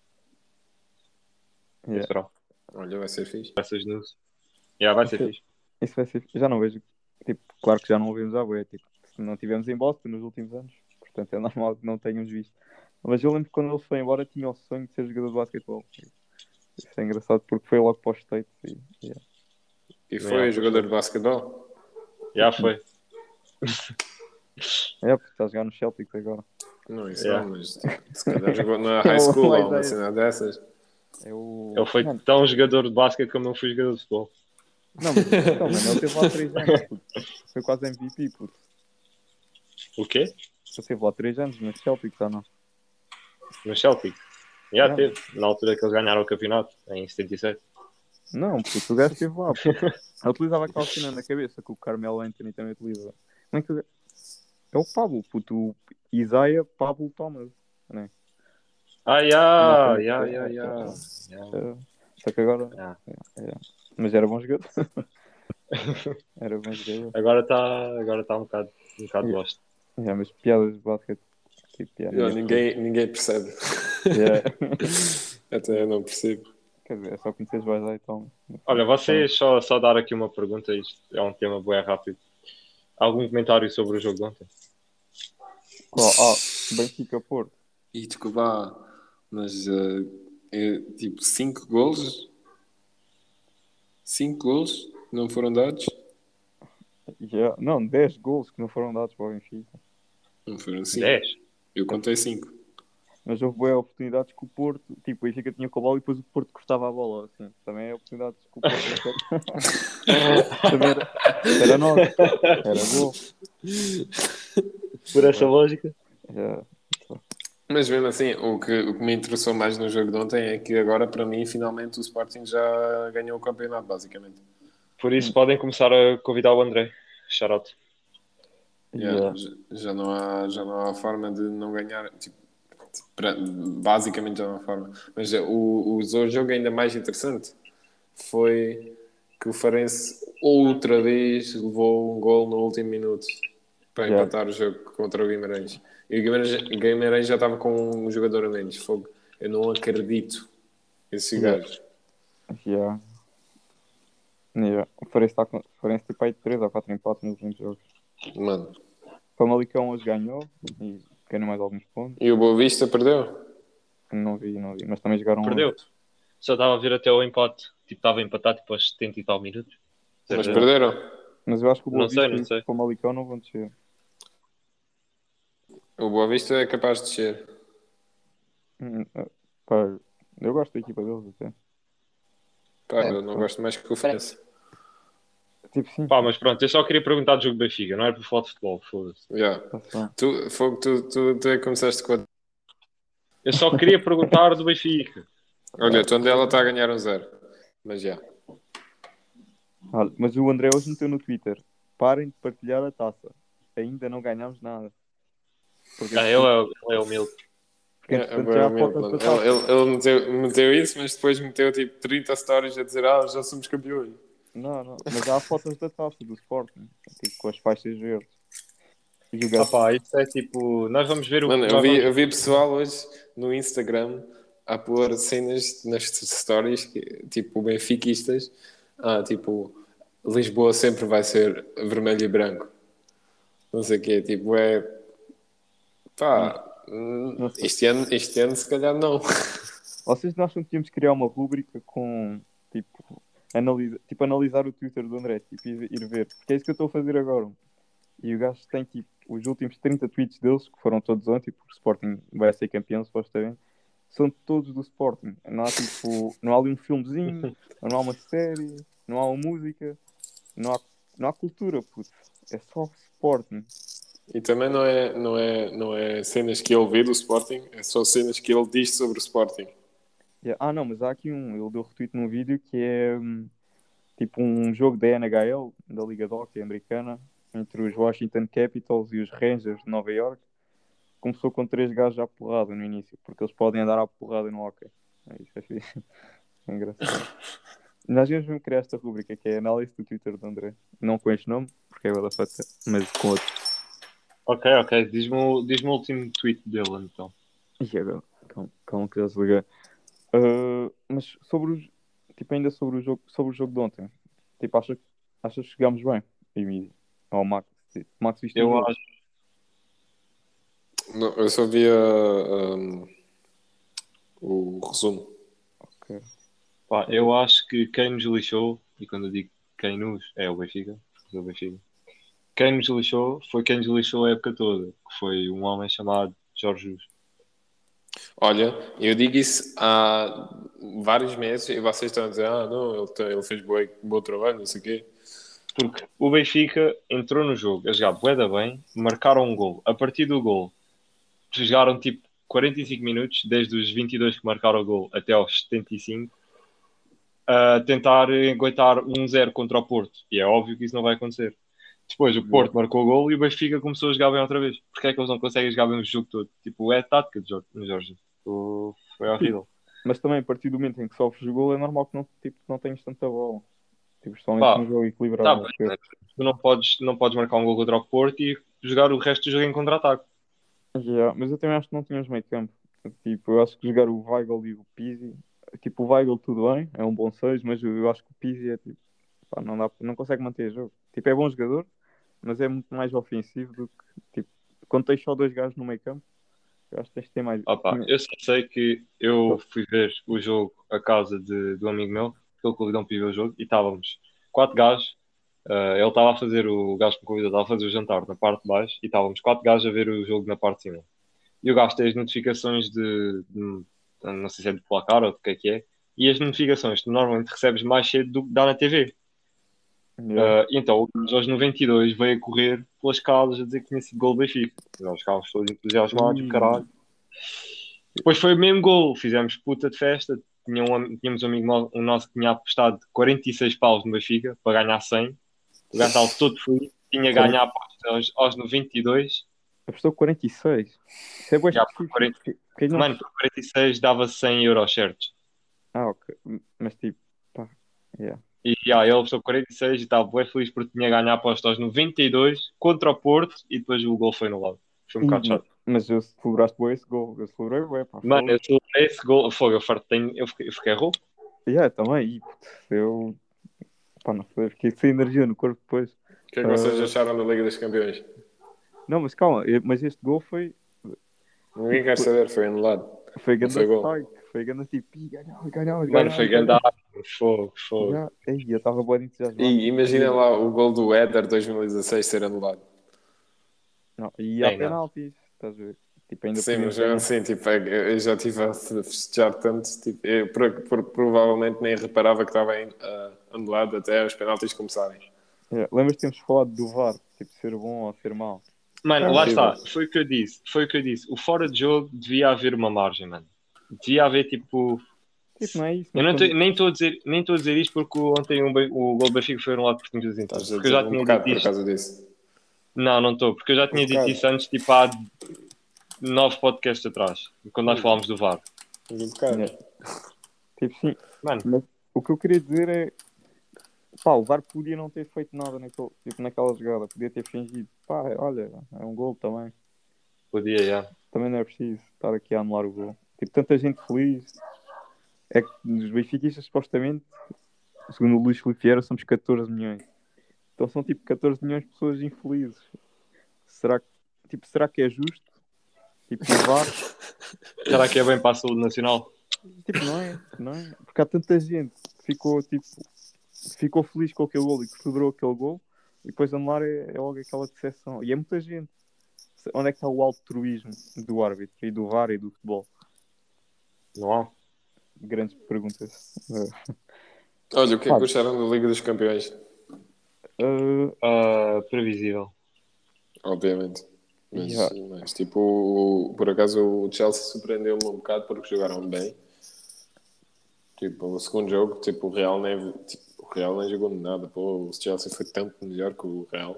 é. Este verão. Olha, vai ser fixe. Essas news. Yeah, vai ser Ok. fixe. Isso vai ser. Já não vejo. Tipo, claro que já não ouvimos a bué. Tipo, se não tivemos em Boston nos últimos anos. Portanto, é normal que não tenhamos visto. Mas eu lembro que quando ele foi embora tinha o sonho de ser jogador de basquetebol. Isso é engraçado porque foi logo para os States. E, yeah. E foi Yeah, jogador de basquetebol? Já foi. É, porque está a jogar no Celtics agora. Não, isso Yeah. não, mas tipo, se calhar jogou na high school Uma ou uma ideia. cena dessas. É o... Ele foi Mano, tão jogador de basquete como eu fui jogador de futebol. não, mas então, mano, ele teve lá três anos. Puto. Foi quase M V P, puto. O quê? Ele teve lá três anos no Celtics, ou não? No Celtic. Já Não. teve. Na altura que eles ganharam o campeonato, em setenta e sete. Não, puto, o gajo esteve lá. Puto. Ele utilizava aquela cena na cabeça que o Carmelo Anthony também utiliza. Como é que o gajo... É o Pablo, puto. O Isaiah Pablo Thomas. Né? Ah, já, Não, já, não, já, não, já. É, Só que agora. Já. É, é. Mas era bom jogador. Era bom jogador. Agora está agora tá um bocado, um bocado Yeah. gosto. É, mas piadas de basquete. Tipo, yeah, Não, ninguém, ninguém percebe. Yeah. Até eu não percebo. Quer dizer, é só conheceres o Isaiah Thomas. Olha, vocês, só, só dar aqui uma pergunta, isto é um tema bem rápido. Algum comentário sobre o jogo de ontem? Qual? Ah, Benfica Porto. E desculpa, lá, mas eh, é, tipo cinco golos? cinco golos não foram dados? Yeah. Não, dez gols que não foram dados para o Benfica. Não foram cinco. dez? Eu contei cinco. Mas houve boas oportunidades que o Porto, tipo, o Benfica tinha com a bola e depois o Porto cortava a bola, assim. Também é oportunidades que o Porto não Também era, era nosso, era gol. Por essa lógica? Yeah. Mas mesmo assim, o que, o que me interessou mais no jogo de ontem é que agora, para mim, finalmente o Sporting já ganhou o campeonato, basicamente. Por isso podem começar a convidar o André. Shout out. Yeah, Yeah. j- já, não há, já não há forma de não ganhar. Tipo, pra- basicamente já não há forma. Mas o, o, o jogo ainda mais interessante foi que o Farense outra vez levou um gol no último minuto para Yeah. empatar o jogo contra o Guimarães. E o Guimarães, o Guimarães já estava com um jogador a menos. Fogo. Eu não acredito esse Yeah. gajo. Yeah. Yeah. O Farense está com. O Farense tipo aí três ou quatro empates nos últimos jogos. Mano. O Famalicão hoje ganhou e ganhou mais alguns pontos. E o Boa Vista perdeu? Não vi, não vi. Mas também jogaram Perdeu. hoje. Só estava a ver até o empate. Tipo, estava empatado tipo, aos setenta e tal minutos. Mas Zero a zero. perderam. Mas eu acho que o Boa Não sei, Vista não e sei. o Famalicão não vão descer. O Boa Vista é capaz de descer. Hum, eh, Pá, eu gosto da equipa deles até. Pá, É, eu não gosto mais que o Farense. Tipo, sim, Pá, mas pronto, eu só queria perguntar do jogo do Benfica, não era por falar de futebol, foda-se. Yeah. está-se bem. Tu, fogo, tu, tu, tu é que começaste com a... Eu só queria perguntar do Benfica. Olha, a Tondela está a ganhar um zero. Mas já. Olha, mas o André hoje meteu no Twitter: parem de partilhar a taça. Ainda não ganhámos nada. Porque, Ah, ele é, ele é humilde. porque É, é entretanto bué já há humilde, fotos mano. da taça. Ele, ele, ele meteu, meteu isso, mas depois meteu tipo trinta stories a dizer: Ah, já somos campeões. Não, não, mas já há fotos da taça do Sporting, tipo com as faixas verdes. E o Ah gajo, pá, isso é tipo, nós vamos ver o Mano, eu nós vi, vamos- eu vi pessoal hoje no Instagram a pôr cenas nas stories, que, tipo benfiquistas, ah, tipo Lisboa sempre vai ser vermelho e branco. Não sei o quê, tipo, é pá, hum, não sei. este ano, este ano se calhar não. Vocês não acham que tínhamos que criar uma rúbrica com tipo, analisa, tipo analisar o Twitter do André, tipo, ir, ir ver, porque é isso que eu estou a fazer agora. E o gajo tem tipo os últimos trinta tweets deles, que foram todos ontem, porque o Sporting vai ser campeão, supostamente, são todos do Sporting. Não há tipo, não há ali um filmezinho, não há uma série, não há uma música, não há, não há cultura, puto. É só Sporting. E também não é, não, é, não é cenas que ele vê do Sporting, é só cenas que ele diz sobre o Sporting. Yeah. Ah, não, mas há aqui um, ele deu retweet num vídeo que é hum, tipo um jogo da N H L, da Liga de Hockey americana, entre os Washington Capitals e os Rangers de Nova York. Começou com três gajos à porrada no início, porque eles podem andar à porrada no hockey. É, isso é fixe. É engraçado. Nós vamos mesmo criar esta rubrica que é a análise do Twitter do André. Não com este nome, porque é o da fata, mas com outro. Ok, ok, diz-me o, diz-me o último tweet dele então. E agora? Calma, calma que já se liga. Uh, mas sobre os, tipo, ainda sobre o jogo, sobre o jogo de ontem, tipo, achas, achas que chegámos bem? E ao Max, tipo, Max viste o Eu jogo? acho, Não, eu só via um, o resumo. Ok. pá, eu acho que quem nos lixou, e quando eu digo quem nos, é o Benfica, é o Benfica. Quem nos lixou foi quem nos lixou a época toda, que foi um homem chamado Jorge Jesus. Olha, eu digo isso há vários meses e vocês estão a dizer: Ah, não, ele, tem- ele fez bom, bom trabalho, não sei o quê. Porque o Benfica entrou no jogo a jogar bué da bem, marcaram um gol. A partir do gol, jogaram tipo quarenta e cinco minutos, desde os vinte e dois que marcaram o gol até aos setenta e cinco, a tentar aguentar um zero contra o Porto. E é óbvio que isso não vai acontecer. Depois o Porto marcou o gol e o Benfica começou a jogar bem outra vez. Porque é que eles não conseguem jogar bem o jogo todo? Tipo, é tática de Jorge. no Jorge. Tipo, foi horrível. Mas também a partir do momento em que sofres o gol é normal que não, tipo, não tenhas tanta bola. Tipo, especialmente Pá, num jogo Tá, equilibrado. bem, acho né? Tu não podes, não podes marcar um gol contra o Porto e jogar o resto do jogo em contra-ataque. eu. Yeah, mas eu também acho que não tínhamos meio campo. Tipo, eu acho que jogar o Weigl e o Pizzi, tipo, o Weigl tudo bem, é um bom seis, mas eu, eu acho que o Pizzi é tipo, pá, não dá, não consegue manter o jogo. Tipo, é bom jogador, mas é muito mais ofensivo do que, tipo, quando tens só dois gajos no meio campo, eu acho que tens de ter mais. Opa, eu só sei que eu fui ver o jogo à casa de, do amigo meu, que ele convidou-me para ir ver o jogo, e estávamos quatro gajos. Uh, ele estava a fazer, o gajo que me convidou estava a fazer o jantar na parte de baixo, e estávamos quatro gajos a ver o jogo na parte de cima. E o gajo tem as notificações de, de- não sei se é de placar ou do que é que é, e as notificações tu normalmente recebes mais cedo do que dá na T V. Yeah. Uh, então, o gajo aos noventa e dois veio a correr pelas escadas a dizer que tinha sido gol do Benfica. Nós ficámos todos entusiasmados, o Ui. caralho. Depois foi o mesmo gol, fizemos puta de festa. Tinha um am- tínhamos um amigo no- um nosso que tinha apostado quarenta e seis paus no Benfica para ganhar cem. O gajo estava todo feliz, tinha ganho a aposta aos, aos noventa e dois. Apostou quarenta e seis. Isso é bem Já, por específico. quarenta Porque- porque não... Mano, por quarenta e seis dava cem euros certos. Ah, ok. Mas tipo, pá, yeah. E já, ele apostou quarenta e seis e estava bem feliz porque tinha ganho a aposta aos noventa e dois contra o Porto e depois o gol foi no lado. Foi um Ih, bocado mas, chato. mas eu celebraste bem esse gol. Eu celebrei bem, pá. Mano, Fogo. eu celebrei esse gol. Fogo, eu fartei, eu fiquei, eu fiquei rouco. Yeah, também. E, putz, eu, pá, não sei, fiquei sem energia no corpo depois. O que é que vocês Ah, acharam da Liga dos Campeões? Não, mas calma, eu- mas este gol foi, Ninguém quer saber, foi anulado. foi Não grande foi gol. spike. Foi grande tipo, ih, ganhamos, ganhamos, Mano, foi ganhamos. grande fogo, fogo. Já, ei, eu estava bem entusiasmado. E imagina lá o gol do Éder dois mil e dezasseis ser anulado. Não, e há Ei, não. penaltis, estás a ver? Tipo, ainda Sim, podíamos mas mesmo ganhar. assim, tipo, é- eu já estive a festejar tanto, tipo, eu por- por- provavelmente nem reparava que estava uh, anulado até os penaltis começarem. É, lembras que temos falado do V A R, tipo, ser bom ou ser mau? Mano, É lá horrível. está. Foi o que eu disse. Foi o que eu disse. O fora de jogo devia haver uma margem, mano. Devia haver tipo. Tipo, não é isso, Eu mas não quando... te- nem estou a dizer, nem estou a dizer isto porque ontem um, Be- o gol do Benfica foi anulado por trinta Estás centavos. a Porque eu dizer já um tinha bocado dito por isto. causa disso. Não, não estou, porque eu já tinha Um dito bocado. isso antes, tipo há nove podcasts atrás, quando nós falámos do V A R. Um bocado. É. Tipo, sim, Mano, mas o que eu queria dizer é, pá, o V A R podia não ter feito nada naquele, tipo, naquela jogada, podia ter fingido, pá, olha, é um gol também. podia, já. Também não é preciso estar aqui a anular o gol. Tipo, tanta gente feliz. É que os benfiquistas, supostamente, segundo o Luís Filipe Vieira, somos catorze milhões. Então são tipo catorze milhões de pessoas infelizes. Será que, tipo, será que é justo? Tipo, o V A R, Será que é bem para a saúde nacional? tipo, não é, não é? Porque há tanta gente que ficou, tipo, ficou feliz com aquele gol e que celebrou aquele gol e depois anular é, é logo aquela decepção. E é muita gente. Onde é que está o altruísmo do árbitro e do V A R e do futebol? Não há. Grandes perguntas. Uh, Olha, o que é Pá. que gostaram da Liga dos Campeões? uh, Ah, previsível. Obviamente. Mas, Yeah. mas, tipo, o- por acaso o Chelsea surpreendeu-me um bocado porque jogaram bem. Tipo, o segundo jogo, tipo, o Real nem, tipo, o Real nem jogou nada. Pô, o Chelsea foi tanto melhor que o Real.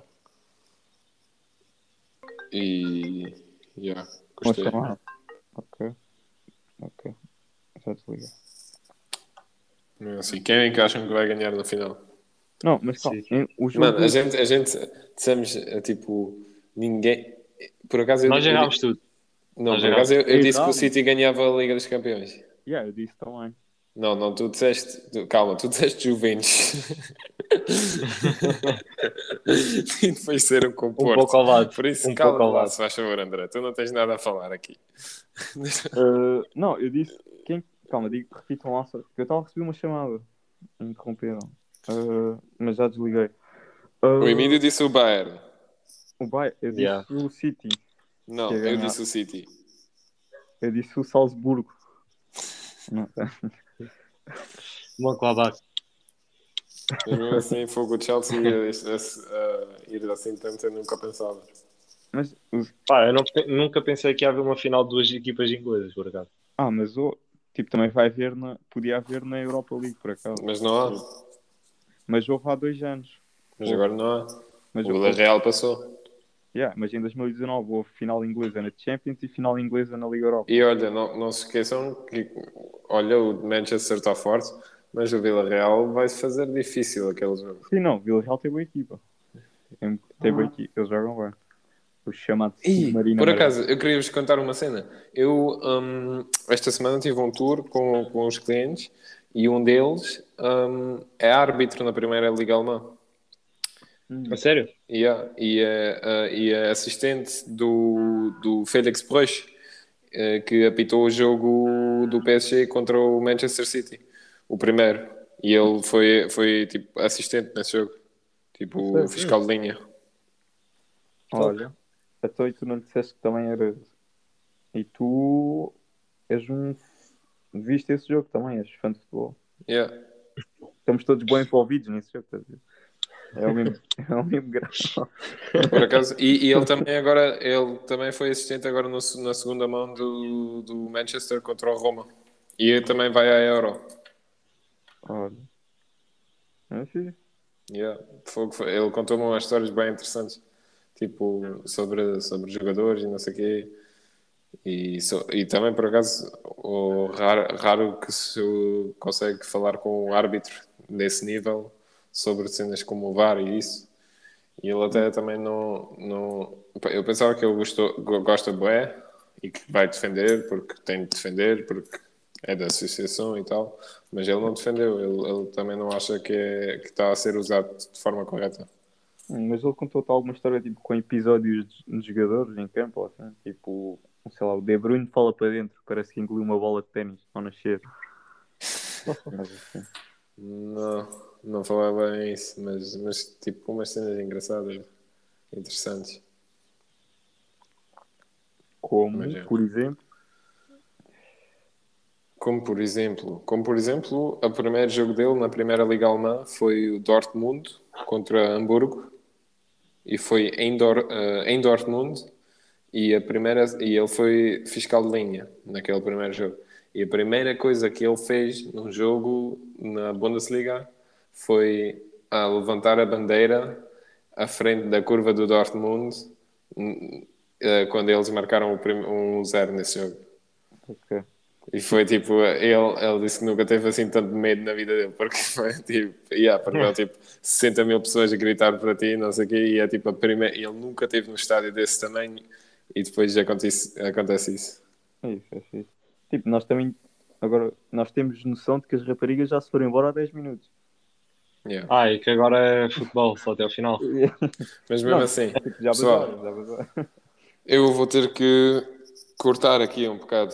E, yeah, Uma gostei. chamada. Ok. Ok. Já desliguei. Não é assim. Quem é que acham que vai ganhar na final? Não, mas calma. Sim. em- O jogo. Mano, a gente, a gente dissemos, é, tipo, ninguém... Por acaso eu... Nós eu- errámos tudo. Não, Nós por acaso eu, eu disse que o Erramos. City ganhava a Liga dos Campeões. Yeah, eu disse também. Não, não, tu disseste... tu- calma, tu disseste Juventus. E depois ser um com Um Porto. pouco ao lado. Por isso, Um calma pouco ao lá, lado. se faz favor, André. Tu não tens nada a falar aqui. Uh, não, eu disse. Quem... Calma, digo, repitam lá. Só... Eu estava a receber uma chamada. Me interromperam. Uh, mas já desliguei. Uh, O Emílio disse o Bayern. O Bayern. Eu disse Yeah. o City. Não, Que ia eu ganhar. disse o City. Eu disse o Salzburgo. Não, Mönchengladbach. Mas mesmo assim, fogo o Chelsea ia, a, ir assim tanto, eu nunca pensava. mas os... Pá, eu não- nunca pensei que ia haver uma final de duas equipas inglesas, por acaso. Ah, mas o... tipo, também vai haver na... Podia haver na Europa League, por acaso. Mas não há. Mas houve há dois anos. Mas agora não há. Mas O houve... Villarreal passou. Yeah, mas em dois mil e dezanove houve final inglesa na Champions e final inglesa na Liga Europa. E olha, não, não se esqueçam que, olha, o Manchester está forte, mas o Villarreal vai-se fazer difícil aquele jogo. Sim, não, Villarreal tem boa equipa. Tem, tem boa equipa, eles jogam bem. O chamado E, Submarino por Amarelo. acaso, eu queria-vos contar uma cena. Eu, hum, esta semana, tive um tour com, com os clientes e um deles hum, é árbitro na Primeira Liga Alemã. A sério? E é, e é, uh, e é assistente do, do Felix Bruch, uh, que apitou o jogo do P S G contra o Manchester City, o primeiro. E ele foi, foi tipo, assistente nesse jogo, tipo, Sério? fiscal de linha. Olha, então e tu não disseste que também eras. E tu és um. Viste esse jogo também, és fã de futebol. Yeah. Estamos todos bem envolvidos nesse jogo, estás a ver? É o mesmo, é o mesmo grau. Por acaso, e, e ele também agora, ele também foi assistente agora no- na segunda mão do, do Manchester contra o Roma. E ele também vai à Euro. Olha. É fixe. Yeah. Foi, foi- ele contou-me umas histórias bem interessantes. Tipo, sobre, sobre jogadores e não sei o quê. E, so- e também, por acaso, o raro, raro que se consegue falar com um árbitro desse nível sobre cenas como o V A R e isso. E ele até também não, não... Eu pensava que ele gostou, go- gosta de bué e que vai defender, porque tem de defender, porque é da associação e tal. Mas ele não defendeu. Ele, ele também não acha que, é, que está a ser usado de forma correta. Hum, Mas ele contou-te alguma história tipo, com episódios de, de jogadores em campo, ou assim? Tipo, sei lá, o De Bruyne fala para dentro, parece que engoliu uma bola de ténis ao nascer. Mas assim, Não, não falava bem isso, mas, mas tipo, umas cenas engraçadas, interessantes. Mas como, é. por exemplo, Como por exemplo, como por exemplo, o primeiro jogo dele na primeira liga alemã foi o Dortmund contra Hamburgo e foi em, Dor, eh, em Dortmund e a primeira e ele foi fiscal de linha naquele primeiro jogo. E a primeira coisa que ele fez num jogo na Bundesliga foi a levantar a bandeira à frente da curva do Dortmund eh, quando eles marcaram o prim- um zero nesse jogo. ok. E foi tipo, ele, ele disse que nunca teve assim tanto medo na vida dele, porque foi tipo, yeah, porque vão tipo sessenta mil pessoas a gritar para ti, não sei o quê, e é tipo a primeira, ele nunca teve num estádio desse tamanho e depois acontece, acontece isso. É isso, é fixe. Tipo, nós também, agora, nós temos noção de que as raparigas já se foram embora há dez minutos. Yeah. Ah, e que agora é futebol, só até o final. Mas mesmo Não, assim, tipo, já basaram, pessoal, já basaram. eu vou ter que cortar aqui um bocado.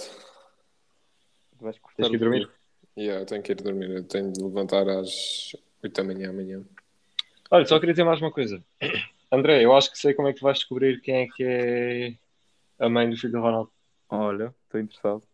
Tu vais cortar Tens que o ir dormir? quê? Yeah, eu tenho que ir dormir, eu tenho de levantar às oito da manhã amanhã. Olha, só queria dizer mais uma coisa. André, eu acho que sei como é que tu vais descobrir quem é que é a mãe do filho do Ronaldo. Olha, estou interessado.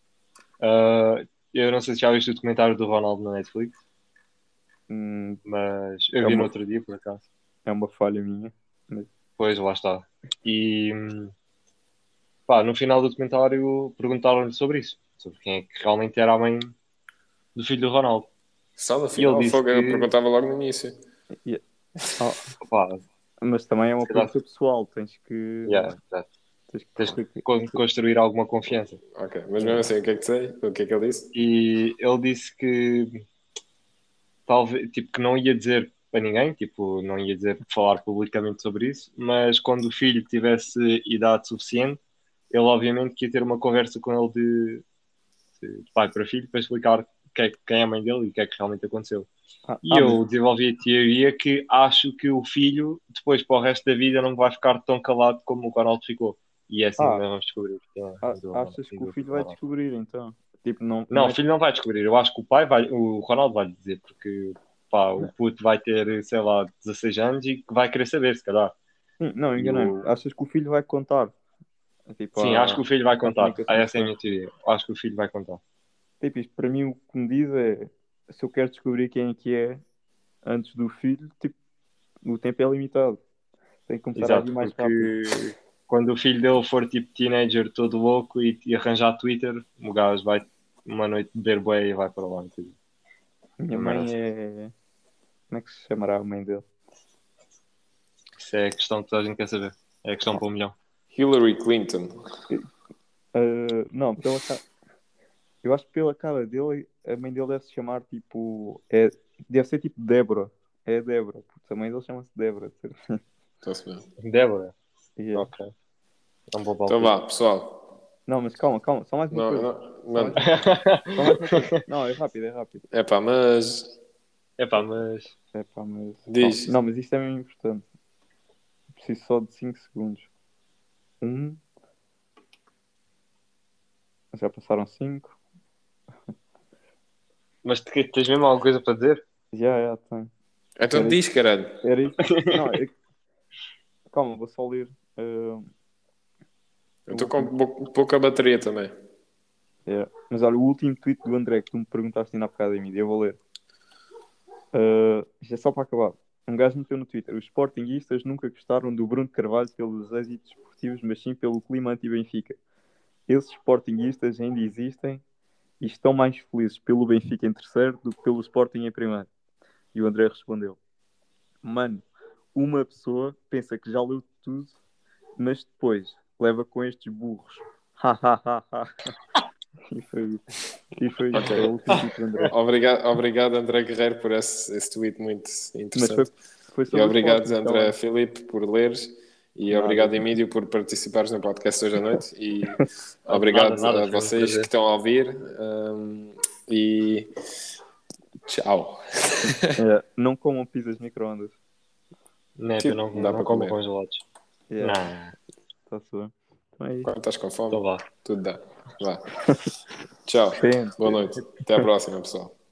Ah, eu não sei se já viste o documentário do Ronaldo na Netflix, Hum, mas eu é vi no uma, outro dia, por acaso. é uma falha minha. Mas, Pois, lá está. E hum, pá, no final do documentário perguntaram-lhe sobre isso, sobre quem é que realmente era a mãe do filho do Ronaldo. Só no E ele final, disse fogo, eu que, perguntava logo no início. e- ah, pá, mas também é uma se calhar, pergunta pessoal. Tens que, yeah, exato. tens que Tens que perceber. con- construir alguma confiança. Ok, mas mesmo assim, o que é que sei? O que é que ele disse? E ele disse que talvez, tipo, que não ia dizer para ninguém, tipo, não ia dizer falar publicamente sobre isso, mas quando o filho tivesse idade suficiente, ele obviamente que ia ter uma conversa com ele de, de pai para filho para explicar o que é, quem é a mãe dele e o que é que realmente aconteceu. Ah, E ah, mas eu desenvolvi a teoria que acho que o filho, depois para o resto da vida, não vai ficar tão calado como o Ronaldo ficou. E é assim que ah, nós vamos descobrir quem é a ah, mãe do Ronaldo. achas que o filho vai descobrir então? Tipo, não, Não, não o é. filho não vai descobrir. Eu acho que o pai vai, o Ronaldo vai lhe dizer, porque pá, o Não, puto vai ter, sei lá, dezasseis anos e que vai querer saber, se calhar. sim, não, E enganei-me. o... Achas que o filho vai contar? Tipo, Sim, acho que a, o filho vai a contar. Ah, comunicação essa é a social. minha teoria. Acho que o filho vai contar. Tipo, isto para mim o que me diz é se eu quero descobrir quem é que é antes do filho, tipo, o tempo é limitado. Tem que começar a agir Exato, mais rápido. porque quando o filho dele for tipo teenager todo louco e, e arranjar Twitter, o gajo vai uma noite beber bué e vai para lá. Tipo, Minha uma merda mãe assim. é. Como é que se chamará a mãe dele? Isso é a questão que toda a gente quer saber. É a questão para um milhão. Hillary Clinton. Uh, não, pela cara. Eu acho que pela cara dele, a mãe dele deve se chamar tipo. É... Deve ser tipo Débora. É Débora, porque a mãe dele chama-se Débora. de certeza. Está-se bem. Débora. Yeah. Ok. É um bom Então palpite. vá, pessoal. Não, mas calma, calma, só mais uma Não, coisa. não, Só mais mano. uma coisa. Só mais uma coisa. Não, é rápido, é rápido. É pá, mas Epá, mas É pá, mas. Calma. diz. Não, mas isto é mesmo importante. Preciso só de cinco segundos. Um. Já passaram cinco. Mas te- tens mesmo alguma coisa para dizer? Já, já, tenho. Então Era diz, caralho. Era isso. Não, é... calma, vou só ler. uh, Eu o estou com último. pou- pouca bateria também. É. Mas olha, o último tweet do André que tu me perguntaste ainda há bocado em mim, eu vou ler. Uh, isto é só para acabar. Um gajo meteu no Twitter: os sportinguistas nunca gostaram do Bruno Carvalho pelos êxitos esportivos, mas sim pelo clima anti-Benfica. Esses sportinguistas ainda existem e estão mais felizes pelo Benfica em terceiro do que pelo Sporting em primeiro. E o André respondeu: mano, uma pessoa pensa que já leu tudo, mas depois leva com estes burros. Ha ha ha ha. E foi, e foi Ok. isso, é o último tweet do André. Obrigado, obrigado, André Guerreiro, por esse, esse tweet muito Mas foi, interessante. foi E sobre o obrigado, Sporting, André então, Filipe, por leres. E Nada. obrigado, Emílio, por participares no podcast hoje à noite. E Nada, obrigado nada, a foi um vocês prazer. que estão a ouvir. Um, e tchau. é, não comam pizzas micro-ondas. Neto, Tipo, não, dá não para como comer. congelados. Yeah, Não, tá suave. Então é isso. Quando estás com fome, então vá. tudo dá. Vá. Tchau. Gente. Boa noite. Até à próxima, pessoal.